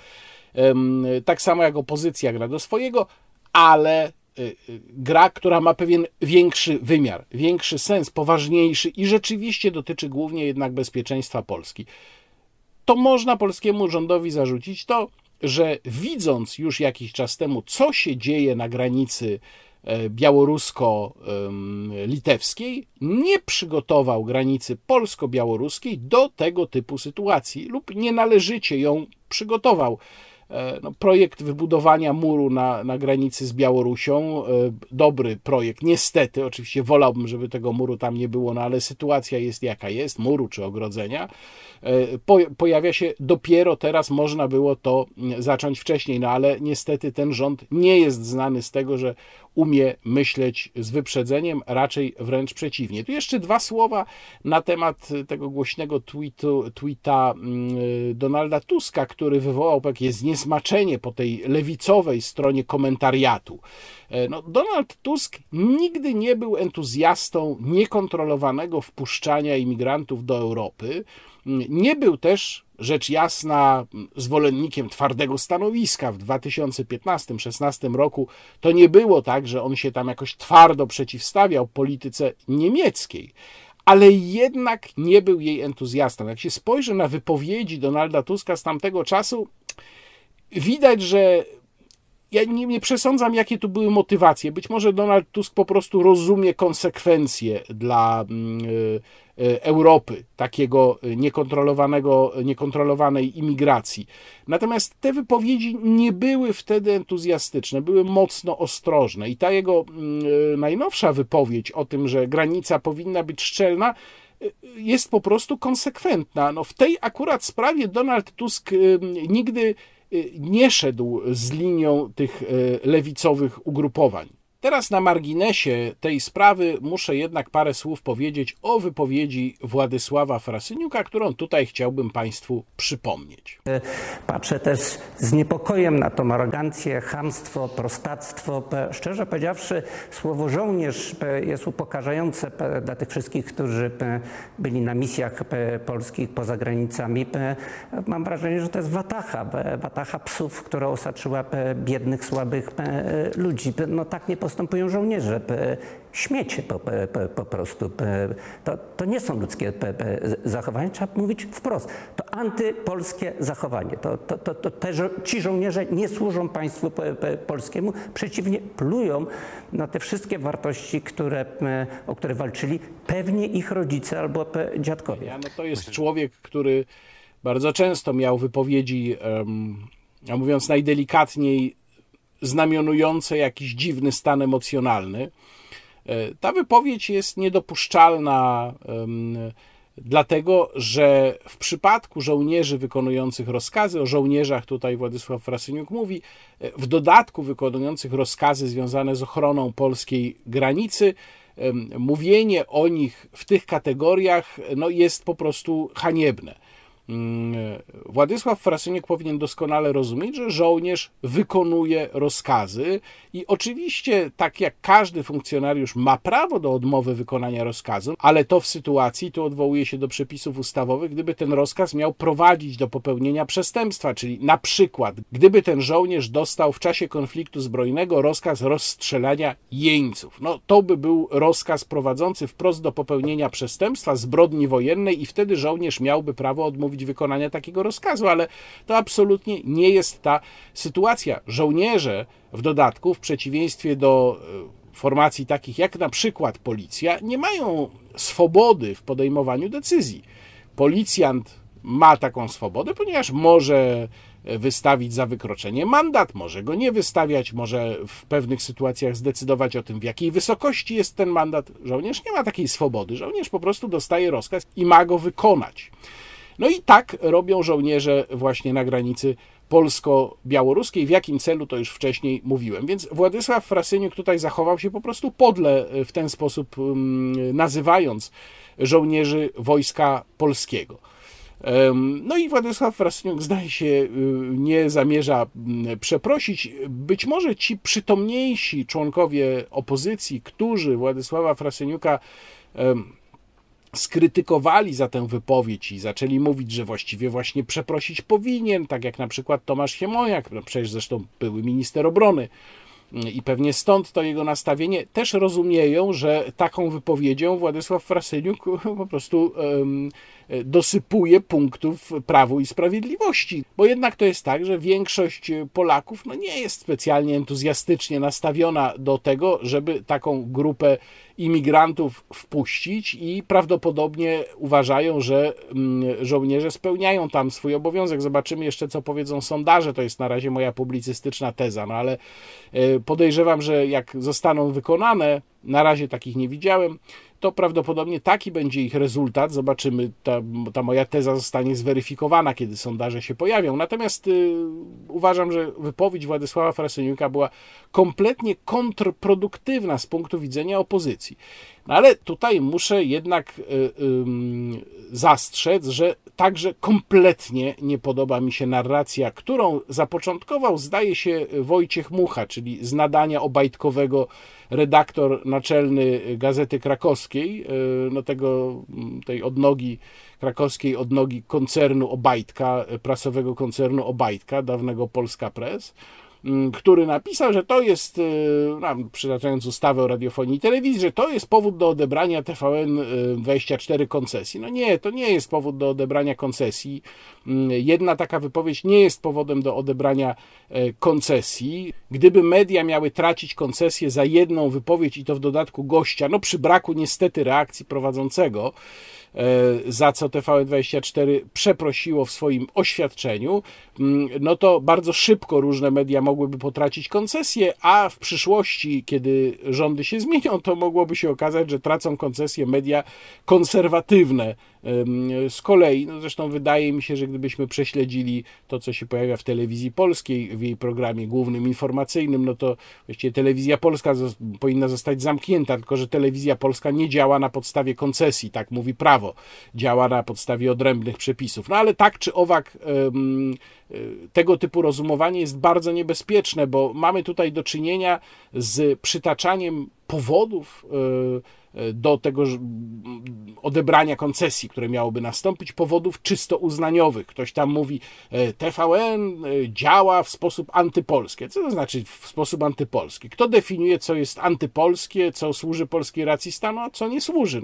tak samo jak opozycja gra do swojego, ale gra, która ma pewien większy wymiar, większy sens, poważniejszy i rzeczywiście dotyczy głównie jednak bezpieczeństwa Polski. To można polskiemu rządowi zarzucić to, że widząc już jakiś czas temu, co się dzieje na granicy białorusko-litewskiej, nie przygotował granicy polsko-białoruskiej do tego typu sytuacji lub nienależycie ją przygotował. Projekt wybudowania muru na granicy z Białorusią, dobry projekt, niestety, oczywiście wolałbym, żeby tego muru tam nie było, ale sytuacja jest jaka jest, muru czy ogrodzenia, pojawia się dopiero teraz, można było to zacząć wcześniej, ale niestety ten rząd nie jest znany z tego, że umie myśleć z wyprzedzeniem, raczej wręcz przeciwnie. Tu jeszcze dwa słowa na temat tego głośnego tweeta Donalda Tuska, który wywołał takie zniesmaczenie po tej lewicowej stronie komentariatu. Donald Tusk nigdy nie był entuzjastą niekontrolowanego wpuszczania imigrantów do Europy. Nie był też, rzecz jasna, zwolennikiem twardego stanowiska. W 2015-16 roku to nie było tak, że on się tam jakoś twardo przeciwstawiał polityce niemieckiej, ale jednak nie był jej entuzjastą. Jak się spojrzy na wypowiedzi Donalda Tuska z tamtego czasu, widać, że ja nie przesądzam, jakie tu były motywacje. Być może Donald Tusk po prostu rozumie konsekwencje dla Europy, takiego niekontrolowanej imigracji. Natomiast te wypowiedzi nie były wtedy entuzjastyczne, były mocno ostrożne i ta jego najnowsza wypowiedź o tym, że granica powinna być szczelna, jest po prostu konsekwentna. W tej akurat sprawie Donald Tusk nigdy nie szedł z linią tych lewicowych ugrupowań. Teraz na marginesie tej sprawy muszę jednak parę słów powiedzieć o wypowiedzi Władysława Frasyniuka, którą tutaj chciałbym Państwu przypomnieć. Patrzę też z niepokojem na tą arogancję, chamstwo, prostactwo. Szczerze powiedziawszy, słowo żołnierz jest upokarzające dla tych wszystkich, którzy byli na misjach polskich poza granicami. Mam wrażenie, że to jest watacha psów, która osaczyła biednych, słabych ludzi. Tak nie postępują żołnierze. Śmiecie po prostu. To nie są ludzkie zachowania, trzeba mówić wprost. To antypolskie zachowanie. Ci żołnierze nie służą państwu polskiemu, przeciwnie, plują na te wszystkie wartości, o które walczyli pewnie ich rodzice albo dziadkowie. To jest człowiek, który bardzo często miał wypowiedzi, mówiąc najdelikatniej, znamionujące jakiś dziwny stan emocjonalny. Ta wypowiedź jest niedopuszczalna, dlatego że w przypadku żołnierzy wykonujących rozkazy, o żołnierzach tutaj Władysław Frasyniuk mówi, w dodatku wykonujących rozkazy związane z ochroną polskiej granicy, mówienie o nich w tych kategoriach jest po prostu haniebne. Władysław Frasyniuk powinien doskonale rozumieć, że żołnierz wykonuje rozkazy i oczywiście, tak jak każdy funkcjonariusz ma prawo do odmowy wykonania rozkazu, ale to w sytuacji, tu odwołuje się do przepisów ustawowych, gdyby ten rozkaz miał prowadzić do popełnienia przestępstwa, czyli na przykład, gdyby ten żołnierz dostał w czasie konfliktu zbrojnego rozkaz rozstrzelania jeńców. To by był rozkaz prowadzący wprost do popełnienia przestępstwa, zbrodni wojennej i wtedy żołnierz miałby prawo odmówić wykonania takiego rozkazu, ale to absolutnie nie jest ta sytuacja. Żołnierze w dodatku, w przeciwieństwie do formacji takich jak na przykład policja, nie mają swobody w podejmowaniu decyzji. Policjant ma taką swobodę, ponieważ może wystawić za wykroczenie mandat, może go nie wystawiać, może w pewnych sytuacjach zdecydować o tym, w jakiej wysokości jest ten mandat. Żołnierz nie ma takiej swobody. Żołnierz po prostu dostaje rozkaz i ma go wykonać. I tak robią żołnierze właśnie na granicy polsko-białoruskiej. W jakim celu, to już wcześniej mówiłem. Więc Władysław Frasyniuk tutaj zachował się po prostu podle, w ten sposób nazywając żołnierzy Wojska Polskiego. I Władysław Frasyniuk, zdaje się, nie zamierza przeprosić. Być może ci przytomniejsi członkowie opozycji, którzy Władysława Frasyniuka skrytykowali za tę wypowiedź i zaczęli mówić, że właściwie właśnie przeprosić powinien, tak jak na przykład Tomasz Siemoniak, przecież zresztą były minister obrony i pewnie stąd to jego nastawienie, też rozumieją, że taką wypowiedzią Władysław Frasyniuk po prostu dosypuje punktów Prawu i Sprawiedliwości. Bo jednak to jest tak, że większość Polaków nie jest specjalnie entuzjastycznie nastawiona do tego, żeby taką grupę imigrantów wpuścić i prawdopodobnie uważają, że żołnierze spełniają tam swój obowiązek. Zobaczymy jeszcze, co powiedzą sondaże. To jest na razie moja publicystyczna teza, ale podejrzewam, że jak zostaną wykonane, na razie takich nie widziałem, to prawdopodobnie taki będzie ich rezultat. Zobaczymy, ta moja teza zostanie zweryfikowana, kiedy sondaże się pojawią. Natomiast uważam, że wypowiedź Władysława Frasyniuka była kompletnie kontrproduktywna z punktu widzenia opozycji. Ale tutaj muszę jednak zastrzec, że także kompletnie nie podoba mi się narracja, którą zapoczątkował, zdaje się, Wojciech Mucha, czyli z nadania obajtkowego redaktor naczelny Gazety Krakowskiej, tej odnogi krakowskiej, odnogi koncernu Obajtka, prasowego koncernu Obajtka, dawnego Polska Press, który napisał, że to jest, przytaczając ustawę o radiofonii i telewizji, że to jest powód do odebrania TVN24 koncesji. Nie, to nie jest powód do odebrania koncesji. Jedna taka wypowiedź nie jest powodem do odebrania koncesji. Gdyby media miały tracić koncesję za jedną wypowiedź i to w dodatku gościa, przy braku niestety reakcji prowadzącego, za co TVN24 przeprosiło w swoim oświadczeniu, to bardzo szybko różne media mogłyby potracić koncesję, a w przyszłości, kiedy rządy się zmienią, to mogłoby się okazać, że tracą koncesję media konserwatywne. Z kolei, zresztą wydaje mi się, że gdybyśmy prześledzili to, co się pojawia w telewizji polskiej, w jej programie głównym informacyjnym, to właściwie telewizja polska powinna zostać zamknięta, tylko że telewizja polska nie działa na podstawie koncesji, tak mówi prawo, działa na podstawie odrębnych przepisów. Ale tak czy owak tego typu rozumowanie jest bardzo niebezpieczne, bo mamy tutaj do czynienia z przytaczaniem powodów do tego odebrania koncesji, które miałoby nastąpić, powodów czysto uznaniowych. Ktoś tam mówi, TVN działa w sposób antypolski. Co to znaczy w sposób antypolski? Kto definiuje, co jest antypolskie, co służy polskiej racji stanu, a co nie służy?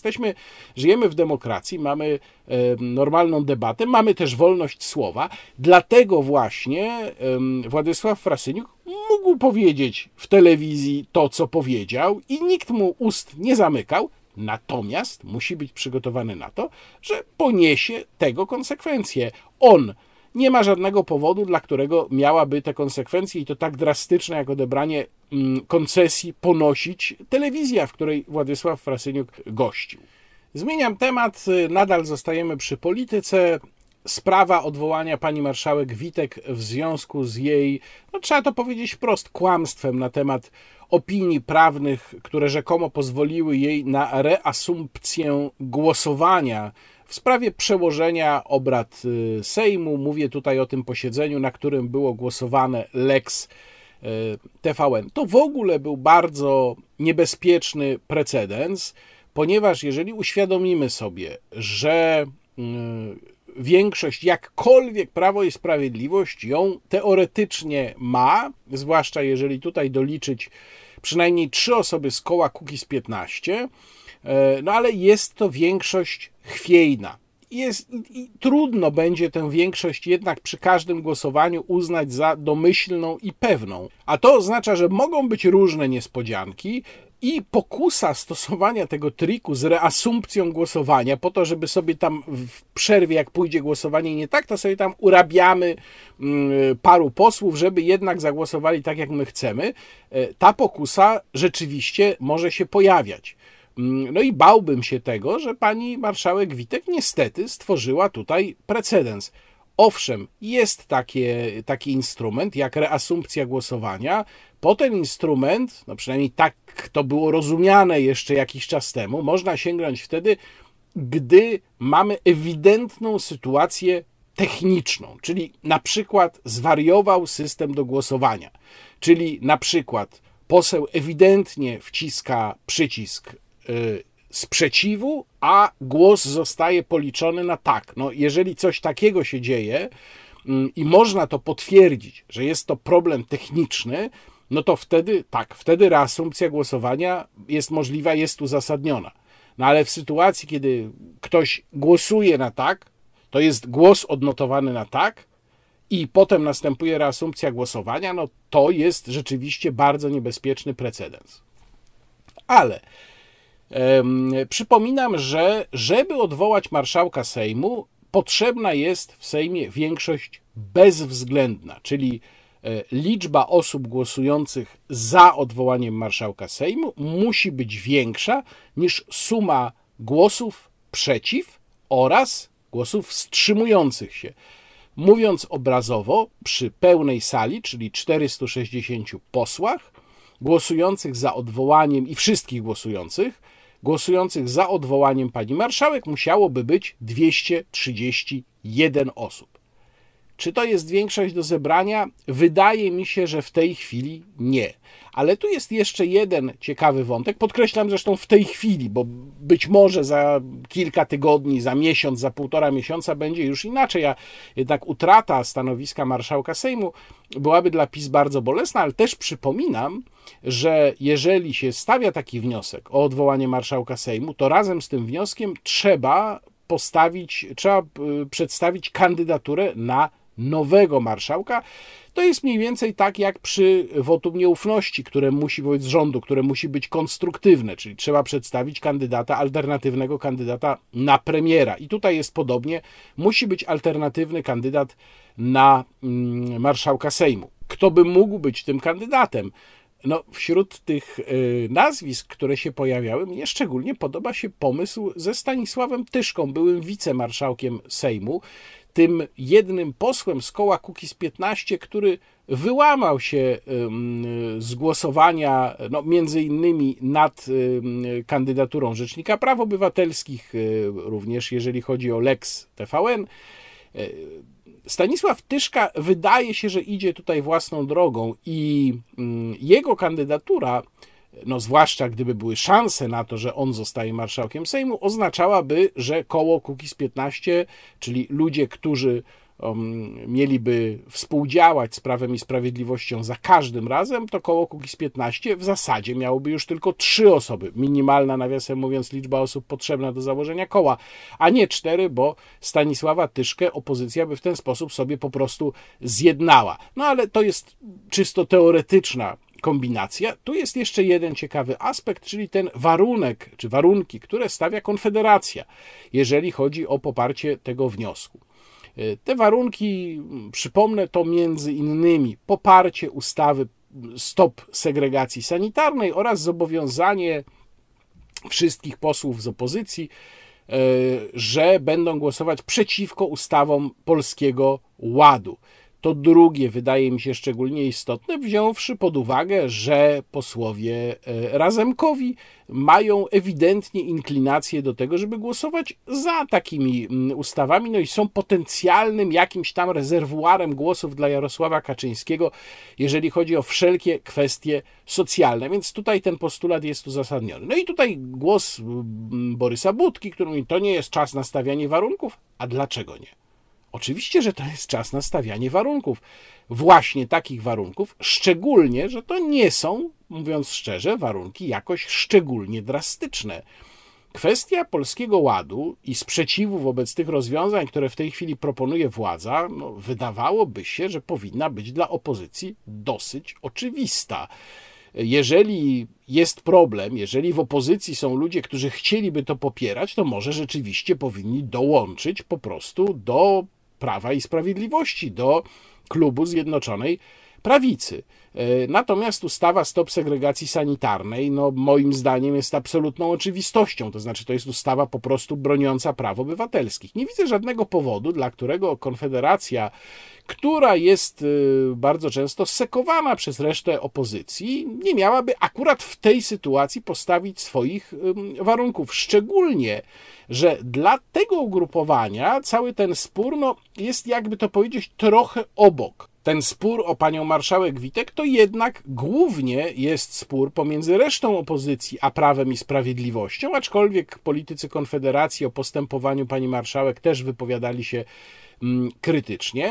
Żyjemy w demokracji, mamy normalną debatę, mamy też wolność słowa. Dlatego właśnie Władysław Frasyniuk mógł powiedzieć w telewizji to, co powiedział i nikt mu ust nie zamykał, natomiast musi być przygotowany na to, że poniesie tego konsekwencje. On nie ma żadnego powodu, dla którego miałaby te konsekwencje i to tak drastyczne jak odebranie koncesji ponosić telewizja, w której Władysław Frasyniuk gościł. Zmieniam temat, nadal zostajemy przy polityce. Sprawa odwołania pani marszałek Witek w związku z jej, trzeba to powiedzieć wprost, kłamstwem na temat opinii prawnych, które rzekomo pozwoliły jej na reasumpcję głosowania w sprawie przełożenia obrad Sejmu. Mówię tutaj o tym posiedzeniu, na którym było głosowane Lex TVN. To w ogóle był bardzo niebezpieczny precedens, ponieważ jeżeli uświadomimy sobie, że większość, jakkolwiek Prawo i Sprawiedliwość ją teoretycznie ma, zwłaszcza jeżeli tutaj doliczyć przynajmniej 3 osoby z koła Kukiz 15, ale jest to większość chwiejna. I trudno będzie tę większość jednak przy każdym głosowaniu uznać za domyślną i pewną. A to oznacza, że mogą być różne niespodzianki i pokusa stosowania tego triku z reasumpcją głosowania po to, żeby sobie tam w przerwie, jak pójdzie głosowanie nie tak, to sobie tam urabiamy paru posłów, żeby jednak zagłosowali tak, jak my chcemy. Ta pokusa rzeczywiście może się pojawiać. I bałbym się tego, że pani marszałek Witek niestety stworzyła tutaj precedens. Owszem, jest taki instrument jak reasumpcja głosowania. Po ten instrument, przynajmniej tak to było rozumiane jeszcze jakiś czas temu, można sięgnąć wtedy, gdy mamy ewidentną sytuację techniczną, czyli na przykład zwariował system do głosowania, czyli na przykład poseł ewidentnie wciska przycisk sprzeciwu, a głos zostaje policzony na tak. Jeżeli coś takiego się dzieje i można to potwierdzić, że jest to problem techniczny, to wtedy reasumpcja głosowania jest możliwa, jest uzasadniona. No ale w sytuacji, kiedy ktoś głosuje na tak, to jest głos odnotowany na tak i potem następuje reasumpcja głosowania, no to jest rzeczywiście bardzo niebezpieczny precedens. Ale przypominam, że żeby odwołać marszałka Sejmu, potrzebna jest w Sejmie większość bezwzględna, czyli liczba osób głosujących za odwołaniem marszałka Sejmu musi być większa niż suma głosów przeciw oraz głosów wstrzymujących się. Mówiąc obrazowo, przy pełnej sali, czyli 460 posłach, głosujących za odwołaniem i wszystkich głosujących za odwołaniem pani marszałek musiałoby być 231 osób. Czy to jest większość do zebrania? Wydaje mi się, że w tej chwili nie. Ale tu jest jeszcze jeden ciekawy wątek. Podkreślam zresztą w tej chwili, bo być może za kilka tygodni, za miesiąc, za 1,5 miesiąca będzie już inaczej, a jednak utrata stanowiska marszałka Sejmu byłaby dla PiS bardzo bolesna, ale też przypominam, że jeżeli się stawia taki wniosek o odwołanie marszałka Sejmu, to razem z tym wnioskiem trzeba przedstawić kandydaturę na nowego marszałka. To jest mniej więcej tak jak przy wotum nieufności, wobec rządu, które musi być konstruktywne, czyli trzeba przedstawić alternatywnego kandydata na premiera. I tutaj jest podobnie, musi być alternatywny kandydat na marszałka Sejmu. Kto by mógł być tym kandydatem? No, wśród tych nazwisk, które się pojawiały, mnie szczególnie podoba się pomysł ze Stanisławem Tyszką, byłym wicemarszałkiem Sejmu, tym jednym posłem z koła Kukiz15, który wyłamał się z głosowania, między innymi nad kandydaturą Rzecznika Praw Obywatelskich, również jeżeli chodzi o Lex TVN. Stanisław Tyszka wydaje się, że idzie tutaj własną drogą i jego kandydatura, zwłaszcza gdyby były szanse na to, że on zostaje marszałkiem Sejmu, oznaczałaby, że koło Kukiz15, czyli ludzie, którzy mieliby współdziałać z Prawem i Sprawiedliwością za każdym razem, to koło Kukiz15 w zasadzie miałoby już tylko 3 osoby. Minimalna, nawiasem mówiąc, liczba osób potrzebna do założenia koła, a nie 4, bo Stanisława Tyszkę opozycja by w ten sposób sobie po prostu zjednała. No ale to jest czysto teoretyczna kombinacja. Tu jest jeszcze jeden ciekawy aspekt, czyli ten warunek, czy warunki, które stawia Konfederacja, jeżeli chodzi o poparcie tego wniosku. Te warunki, przypomnę, to między innymi poparcie ustawy Stop segregacji sanitarnej oraz zobowiązanie wszystkich posłów z opozycji, że będą głosować przeciwko ustawom Polskiego Ładu. To drugie wydaje mi się szczególnie istotne, wziąwszy pod uwagę, że posłowie Razemkowi mają ewidentnie inklinację do tego, żeby głosować za takimi ustawami, i są potencjalnym jakimś tam rezerwuarem głosów dla Jarosława Kaczyńskiego, jeżeli chodzi o wszelkie kwestie socjalne, więc tutaj ten postulat jest uzasadniony. No i tutaj głos Borysa Budki, który mówi, to nie jest czas na stawianie warunków, a dlaczego nie? Oczywiście, że to jest czas na stawianie warunków. Właśnie takich warunków, szczególnie, że to nie są, mówiąc szczerze, warunki jakoś szczególnie drastyczne. Kwestia Polskiego Ładu i sprzeciwu wobec tych rozwiązań, które w tej chwili proponuje władza, wydawałoby się, że powinna być dla opozycji dosyć oczywista. Jeżeli jest problem, jeżeli w opozycji są ludzie, którzy chcieliby to popierać, to może rzeczywiście powinni dołączyć po prostu do Prawa i Sprawiedliwości, do klubu Zjednoczonej Prawicy. Natomiast ustawa Stop segregacji sanitarnej, moim zdaniem jest absolutną oczywistością, to znaczy to jest ustawa po prostu broniąca praw obywatelskich. Nie widzę żadnego powodu, dla którego Konfederacja, która jest bardzo często sekowana przez resztę opozycji, nie miałaby akurat w tej sytuacji postawić swoich warunków. Szczególnie, że dla tego ugrupowania cały ten spór jest, jakby to powiedzieć, trochę obok. Ten spór o panią marszałek Witek to jednak głównie jest spór pomiędzy resztą opozycji a Prawem i Sprawiedliwością, aczkolwiek politycy Konfederacji o postępowaniu pani marszałek też wypowiadali się krytycznie.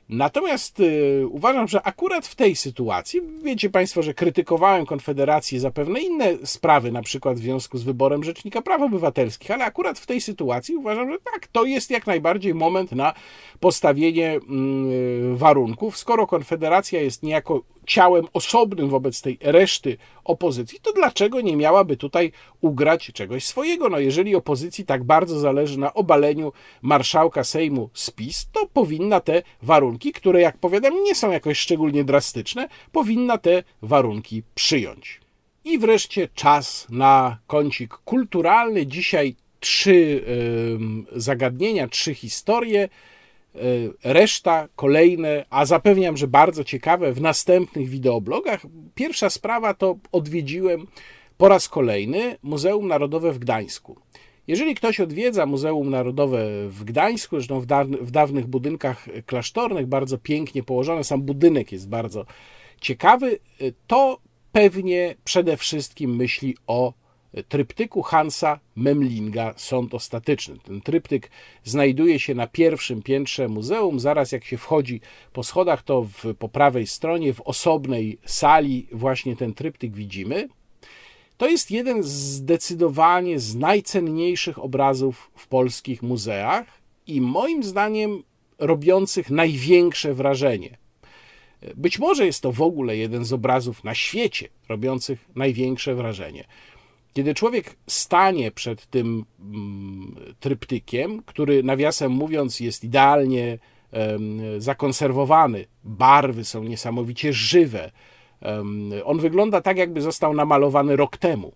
Natomiast uważam, że akurat w tej sytuacji, wiecie Państwo, że krytykowałem Konfederację za pewne inne sprawy, na przykład w związku z wyborem Rzecznika Praw Obywatelskich, ale akurat w tej sytuacji uważam, że tak, to jest jak najbardziej moment na postawienie warunków. Skoro Konfederacja jest niejako ciałem osobnym wobec tej reszty opozycji, to dlaczego nie miałaby tutaj ugrać czegoś swojego? No jeżeli opozycji tak bardzo zależy na obaleniu marszałka Sejmu z PiS, to powinna te warunki, które jak powiadam nie są jakoś szczególnie drastyczne, powinna te warunki przyjąć. I wreszcie czas na kącik kulturalny. Dzisiaj 3 zagadnienia, 3 historie. Reszta, kolejne, a zapewniam, że bardzo ciekawe w następnych wideoblogach. Pierwsza sprawa to odwiedziłem po raz kolejny Muzeum Narodowe w Gdańsku. Jeżeli ktoś odwiedza Muzeum Narodowe w Gdańsku, zresztą w dawnych budynkach klasztornych, bardzo pięknie położone, sam budynek jest bardzo ciekawy, to pewnie przede wszystkim myśli o tryptyku Hansa Memlinga Sąd Ostateczny. Ten tryptyk znajduje się na pierwszym piętrze muzeum. Zaraz jak się wchodzi po schodach, to po prawej stronie w osobnej sali właśnie ten tryptyk widzimy. To jest jeden zdecydowanie z najcenniejszych obrazów w polskich muzeach i moim zdaniem robiących największe wrażenie. Być może jest to w ogóle jeden z obrazów na świecie robiących największe wrażenie. Kiedy człowiek stanie przed tym tryptykiem, który nawiasem mówiąc jest idealnie zakonserwowany, barwy są niesamowicie żywe, on wygląda tak, jakby został namalowany rok temu.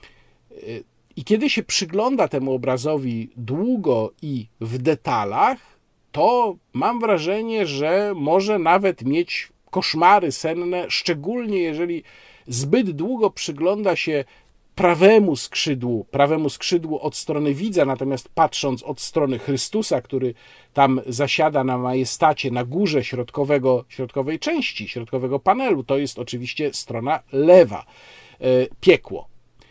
I kiedy się przygląda temu obrazowi długo i w detalach, to mam wrażenie, że może nawet mieć koszmary senne, szczególnie jeżeli zbyt długo przygląda się prawemu skrzydłu od strony widza, natomiast patrząc od strony Chrystusa, który tam zasiada na majestacie na górze środkowej części, środkowego panelu, to jest oczywiście strona lewa. Piekło.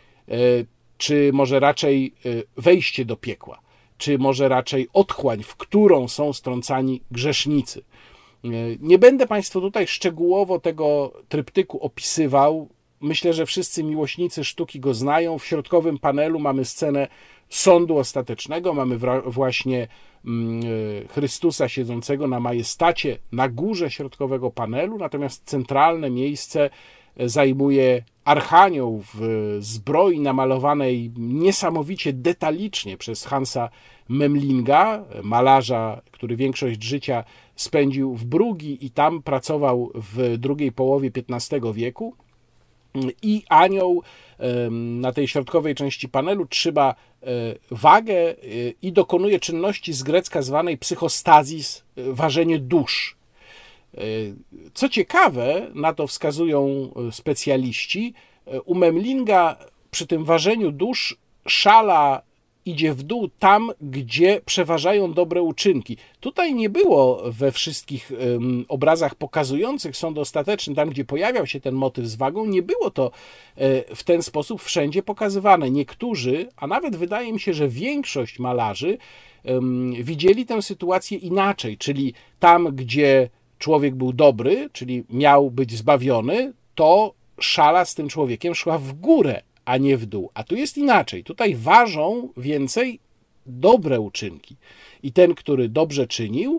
Czy może raczej wejście do piekła, czy może raczej otchłań, w którą są strącani grzesznicy. Nie będę Państwu tutaj szczegółowo tego tryptyku opisywał. Myślę, że wszyscy miłośnicy sztuki go znają. W środkowym panelu mamy scenę sądu ostatecznego, mamy właśnie Chrystusa siedzącego na majestacie na górze środkowego panelu, natomiast centralne miejsce zajmuje archanioł w zbroi namalowanej niesamowicie detalicznie przez Hansa Memlinga, malarza, który większość życia spędził w Brugii i tam pracował w drugiej połowie XV wieku. I anioł na tej środkowej części panelu trzyma wagę i dokonuje czynności z grecka zwanej psychostazis, ważenie dusz. Co ciekawe, na to wskazują specjaliści, u Memlinga przy tym ważeniu dusz szala idzie w dół tam, gdzie przeważają dobre uczynki. Tutaj nie było we wszystkich obrazach pokazujących sąd ostateczny, tam gdzie pojawiał się ten motyw z wagą, nie było to w ten sposób wszędzie pokazywane. Niektórzy, a nawet wydaje mi się, że większość malarzy widzieli tę sytuację inaczej, czyli tam, gdzie człowiek był dobry, czyli miał być zbawiony, to szala z tym człowiekiem szła w górę, a nie w dół. A tu jest inaczej. Tutaj ważą więcej dobre uczynki. I ten, który dobrze czynił,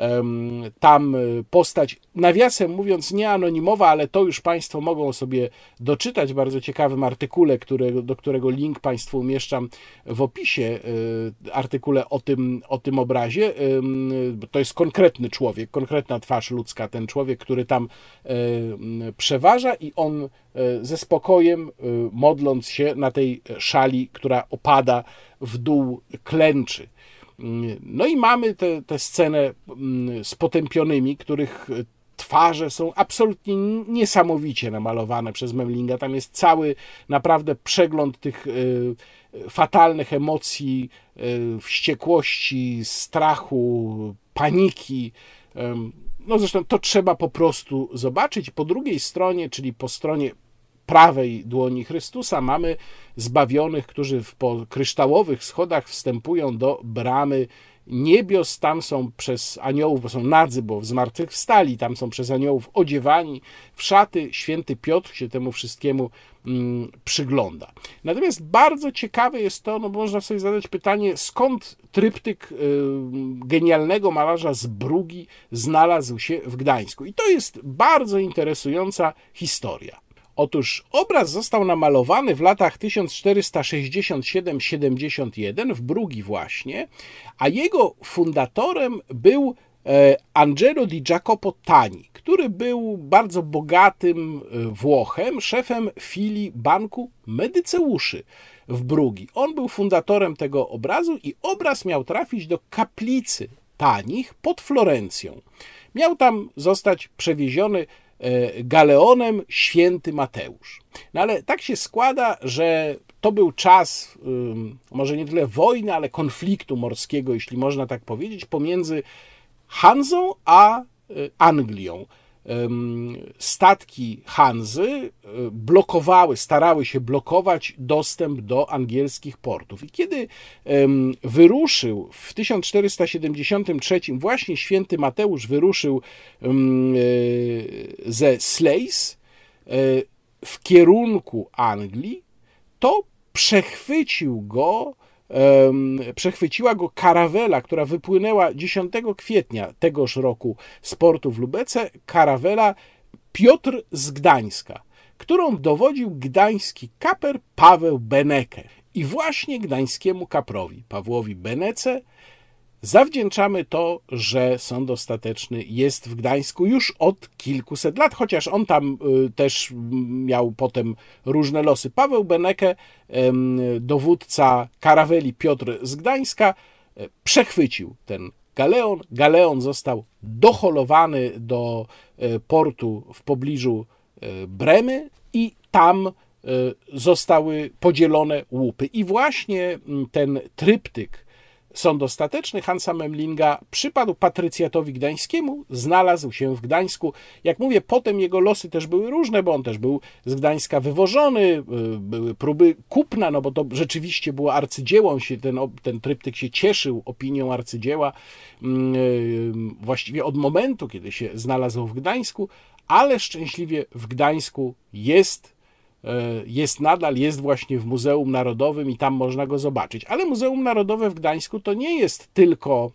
tam postać, nawiasem mówiąc, nie anonimowa, ale to już Państwo mogą sobie doczytać w bardzo ciekawym artykule, do którego link Państwu umieszczam w opisie, artykule o tym obrazie. To jest konkretny człowiek, konkretna twarz ludzka, ten człowiek, który tam przeważa i on ze spokojem, modląc się na tej szali, która opada w dół, klęczy. No i mamy tę scenę z potępionymi, których twarze są absolutnie niesamowicie namalowane przez Memlinga. Tam jest cały naprawdę przegląd tych fatalnych emocji, wściekłości, strachu, paniki. No zresztą to trzeba po prostu zobaczyć. Po drugiej stronie, czyli po stronie prawej dłoni Chrystusa, mamy zbawionych, którzy po kryształowych schodach wstępują do bramy niebios, tam są przez aniołów, bo są nadzy, bo zmartwychwstali, tam są przez aniołów odziewani w szaty. Święty Piotr się temu wszystkiemu przygląda. Natomiast bardzo ciekawe jest to, no bo można sobie zadać pytanie, skąd tryptyk genialnego malarza z Brugi znalazł się w Gdańsku. I to jest bardzo interesująca historia. Otóż obraz został namalowany w latach 1467-71 w Brugi właśnie, a jego fundatorem był Angelo di Jacopo Tani, który był bardzo bogatym Włochem, szefem filii Banku Medyceuszy w Brugi. On był fundatorem tego obrazu i obraz miał trafić do kaplicy Tanich pod Florencją. Miał tam zostać przewieziony galeonem Święty Mateusz. No ale tak się składa, że to był czas może nie tyle wojny, ale konfliktu morskiego, jeśli można tak powiedzieć, pomiędzy Hanzą a Anglią. Statki Hanzy starały się blokować dostęp do angielskich portów. I kiedy wyruszył w 1473 właśnie święty Mateusz wyruszył ze Sluys w kierunku Anglii, to przechwyciła go karawela, która wypłynęła 10 kwietnia tegoż roku z portu w Lubece, karawela Piotr z Gdańska, którą dowodził gdański kaper Paweł Beneke. I właśnie gdańskiemu kaprowi, Pawłowi Benece, zawdzięczamy to, że Sąd Ostateczny jest w Gdańsku już od kilkuset lat, chociaż on tam też miał potem różne losy. Paweł Beneke, dowódca karaweli Piotr z Gdańska, przechwycił ten galeon. Galeon został doholowany do portu w pobliżu Bremy i tam zostały podzielone łupy. I właśnie ten tryptyk Sąd Ostateczny Hansa Memlinga przypadł patrycjatowi gdańskiemu, znalazł się w Gdańsku. Jak mówię, potem jego losy też były różne, bo on też był z Gdańska wywożony, były próby kupna, no bo to rzeczywiście było arcydzieło, ten tryptyk się cieszył opinią arcydzieła właściwie od momentu, kiedy się znalazł w Gdańsku, ale szczęśliwie w Gdańsku jest nadal, jest właśnie w Muzeum Narodowym i tam można go zobaczyć. Ale Muzeum Narodowe w Gdańsku to nie jest tylko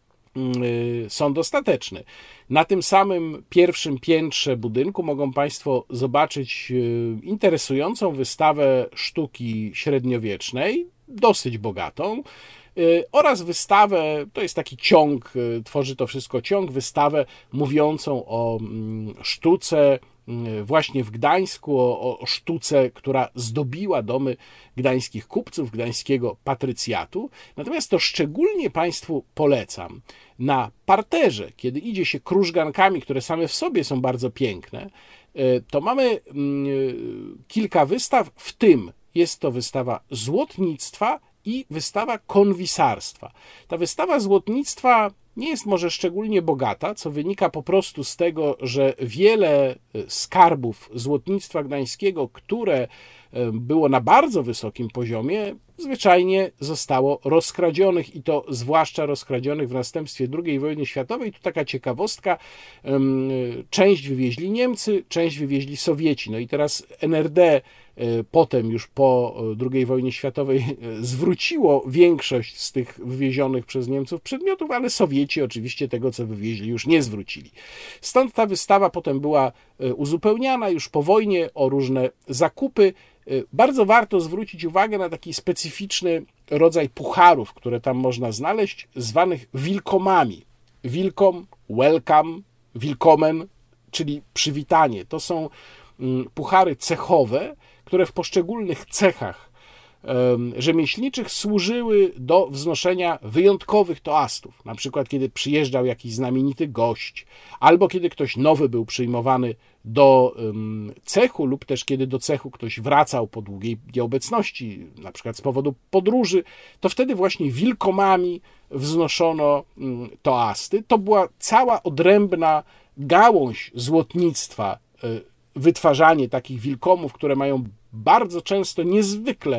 Sąd Ostateczny. Na tym samym pierwszym piętrze budynku mogą Państwo zobaczyć interesującą wystawę sztuki średniowiecznej, dosyć bogatą, oraz wystawę, to jest taki ciąg, tworzy to wszystko ciąg, wystawę mówiącą o sztuce właśnie w Gdańsku, o sztuce, która zdobiła domy gdańskich kupców, gdańskiego patrycjatu. Natomiast to szczególnie Państwu polecam na parterze, kiedy idzie się krużgankami, które same w sobie są bardzo piękne, to mamy kilka wystaw, w tym jest to wystawa złotnictwa i wystawa konwisarstwa. Ta wystawa złotnictwa nie jest może szczególnie bogata, co wynika po prostu z tego, że wiele skarbów złotnictwa gdańskiego, które było na bardzo wysokim poziomie, zwyczajnie zostało rozkradzionych i to zwłaszcza rozkradzionych w następstwie II wojny światowej. Tu taka ciekawostka, część wywieźli Niemcy, część wywieźli Sowieci. No i teraz NRD potem już po II wojnie światowej zwróciło większość z tych wywiezionych przez Niemców przedmiotów, ale Sowieci oczywiście tego, co wywieźli, już nie zwrócili. Stąd ta wystawa potem była uzupełniana już po wojnie o różne zakupy. Bardzo warto zwrócić uwagę na taki specyficzny rodzaj pucharów, które tam można znaleźć, zwanych wilkomami. Wilkom, welcome, willkommen, czyli przywitanie. To są puchary cechowe, które w poszczególnych cechach rzemieślniczych służyły do wznoszenia wyjątkowych toastów. Na przykład, kiedy przyjeżdżał jakiś znamienity gość, albo kiedy ktoś nowy był przyjmowany do cechu, lub też kiedy do cechu ktoś wracał po długiej nieobecności, na przykład z powodu podróży, to wtedy właśnie wilkomami wznoszono toasty. To była cała odrębna gałąź złotnictwa, wytwarzanie takich wilkomów, które mają bardzo często niezwykle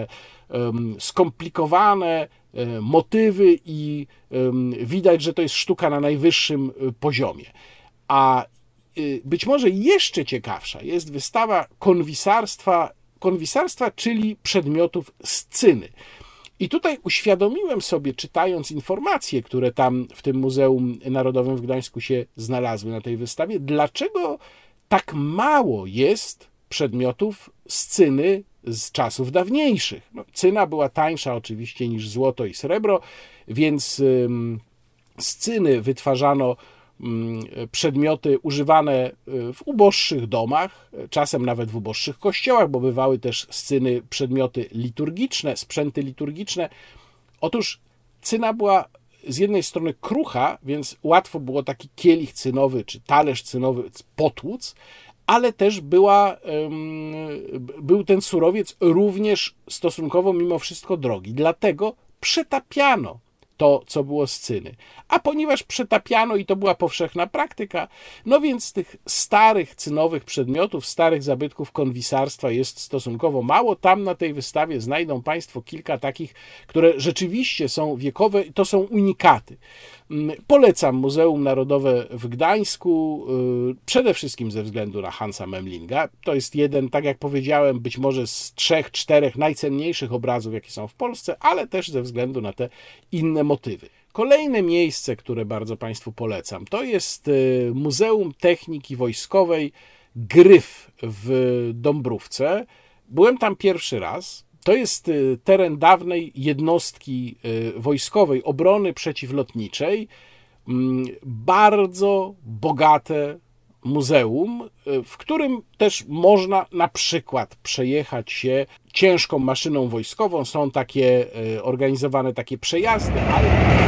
skomplikowane motywy i widać, że to jest sztuka na najwyższym poziomie. A być może jeszcze ciekawsza jest wystawa konwisarstwa, czyli przedmiotów sceny. I tutaj uświadomiłem sobie, czytając informacje, które tam w tym Muzeum Narodowym w Gdańsku się znalazły na tej wystawie, dlaczego tak mało jest przedmiotów sceny z czasów dawniejszych. No, cyna była tańsza oczywiście niż złoto i srebro, więc z cyny wytwarzano przedmioty używane w uboższych domach, czasem nawet w uboższych kościołach, bo bywały też z cyny przedmioty liturgiczne, sprzęty liturgiczne. Otóż cyna była z jednej strony krucha, więc łatwo było taki kielich cynowy czy talerz cynowy potłuc, ale też był ten surowiec również stosunkowo mimo wszystko drogi. Dlatego przetapiano to, co było z cyny. A ponieważ przetapiano i to była powszechna praktyka, no więc z tych starych cynowych przedmiotów, starych zabytków konwisarstwa jest stosunkowo mało. Tam na tej wystawie znajdą Państwo kilka takich, które rzeczywiście są wiekowe i to są unikaty. Polecam Muzeum Narodowe w Gdańsku, przede wszystkim ze względu na Hansa Memlinga. To jest jeden, tak jak powiedziałem, być może z 3-4 najcenniejszych obrazów, jakie są w Polsce, ale też ze względu na te inne motywy. Kolejne miejsce, które bardzo Państwu polecam, to jest Muzeum Techniki Wojskowej Gryf w Dąbrówce. Byłem tam pierwszy raz. To jest teren dawnej jednostki wojskowej obrony przeciwlotniczej. Bardzo bogate muzeum, w którym też można na przykład przejechać się ciężką maszyną wojskową. Są takie organizowane takie przejazdy, ale...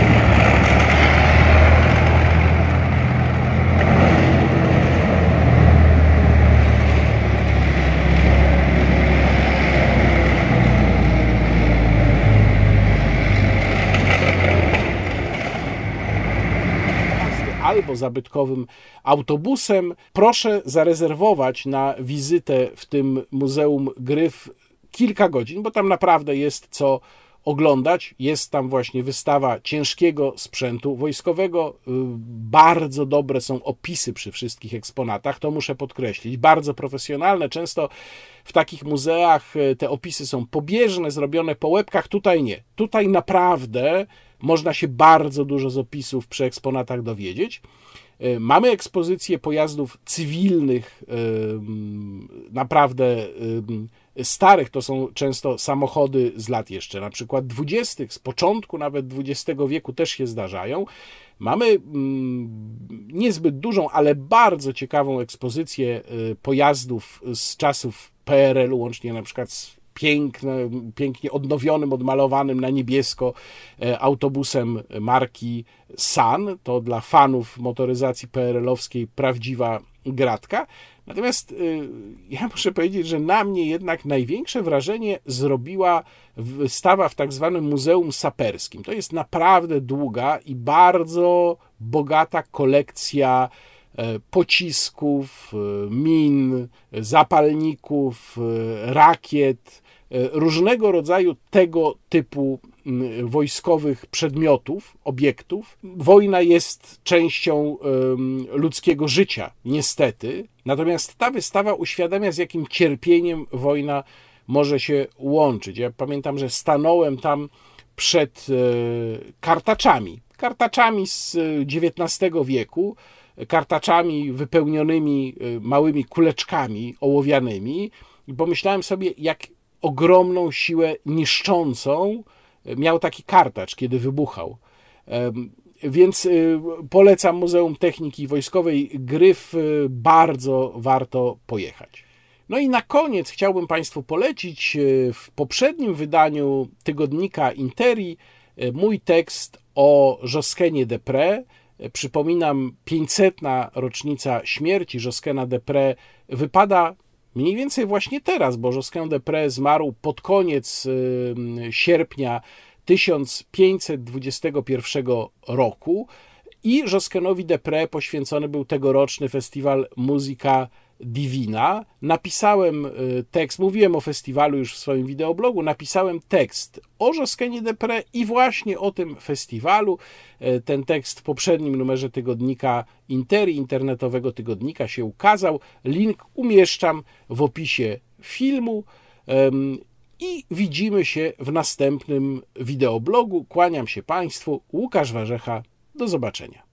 albo zabytkowym autobusem. Proszę zarezerwować na wizytę w tym Muzeum Gryf kilka godzin, bo tam naprawdę jest co oglądać. Jest tam właśnie wystawa ciężkiego sprzętu wojskowego. Bardzo dobre są opisy przy wszystkich eksponatach, to muszę podkreślić. Bardzo profesjonalne. Często w takich muzeach te opisy są pobieżne, zrobione po łebkach. Tutaj nie. Tutaj naprawdę można się bardzo dużo z opisów przy eksponatach dowiedzieć. Mamy ekspozycję pojazdów cywilnych, naprawdę starych, to są często samochody z lat jeszcze na przykład 20., z początku nawet XX wieku też się zdarzają. Mamy niezbyt dużą, ale bardzo ciekawą ekspozycję pojazdów z czasów PRL-u, łącznie na przykład z pięknie odnowionym, odmalowanym na niebiesko autobusem marki San. To dla fanów motoryzacji PRL-owskiej prawdziwa gratka. Natomiast ja muszę powiedzieć, że na mnie jednak największe wrażenie zrobiła wystawa w tak zwanym Muzeum Saperskim. To jest naprawdę długa i bardzo bogata kolekcja pocisków, min, zapalników, rakiet, różnego rodzaju tego typu wojskowych przedmiotów, obiektów. Wojna jest częścią ludzkiego życia, niestety. Natomiast ta wystawa uświadamia, z jakim cierpieniem wojna może się łączyć. Ja pamiętam, że stanąłem tam przed kartaczami z XIX wieku, kartaczami wypełnionymi małymi kuleczkami ołowianymi i pomyślałem sobie, jak ogromną siłę niszczącą miał taki kartacz, kiedy wybuchał. Więc polecam Muzeum Techniki Wojskowej Gryf, bardzo warto pojechać. No i na koniec chciałbym Państwu polecić w poprzednim wydaniu tygodnika Interi mój tekst o Josquenie des Prez. Przypominam, 500. rocznica śmierci Josquena des Prez wypada mniej więcej właśnie teraz, bo Josquin des Prez zmarł pod koniec sierpnia 1521 roku i Josquinowi des Prez poświęcony był tegoroczny festiwal Musica Divina. Napisałem tekst, mówiłem o festiwalu już w swoim wideoblogu, napisałem tekst o Josquenie des Prez i właśnie o tym festiwalu. Ten tekst w poprzednim numerze tygodnika Interi, internetowego tygodnika, się ukazał. Link umieszczam w opisie filmu i widzimy się w następnym wideoblogu. Kłaniam się Państwu. Łukasz Warzecha. Do zobaczenia.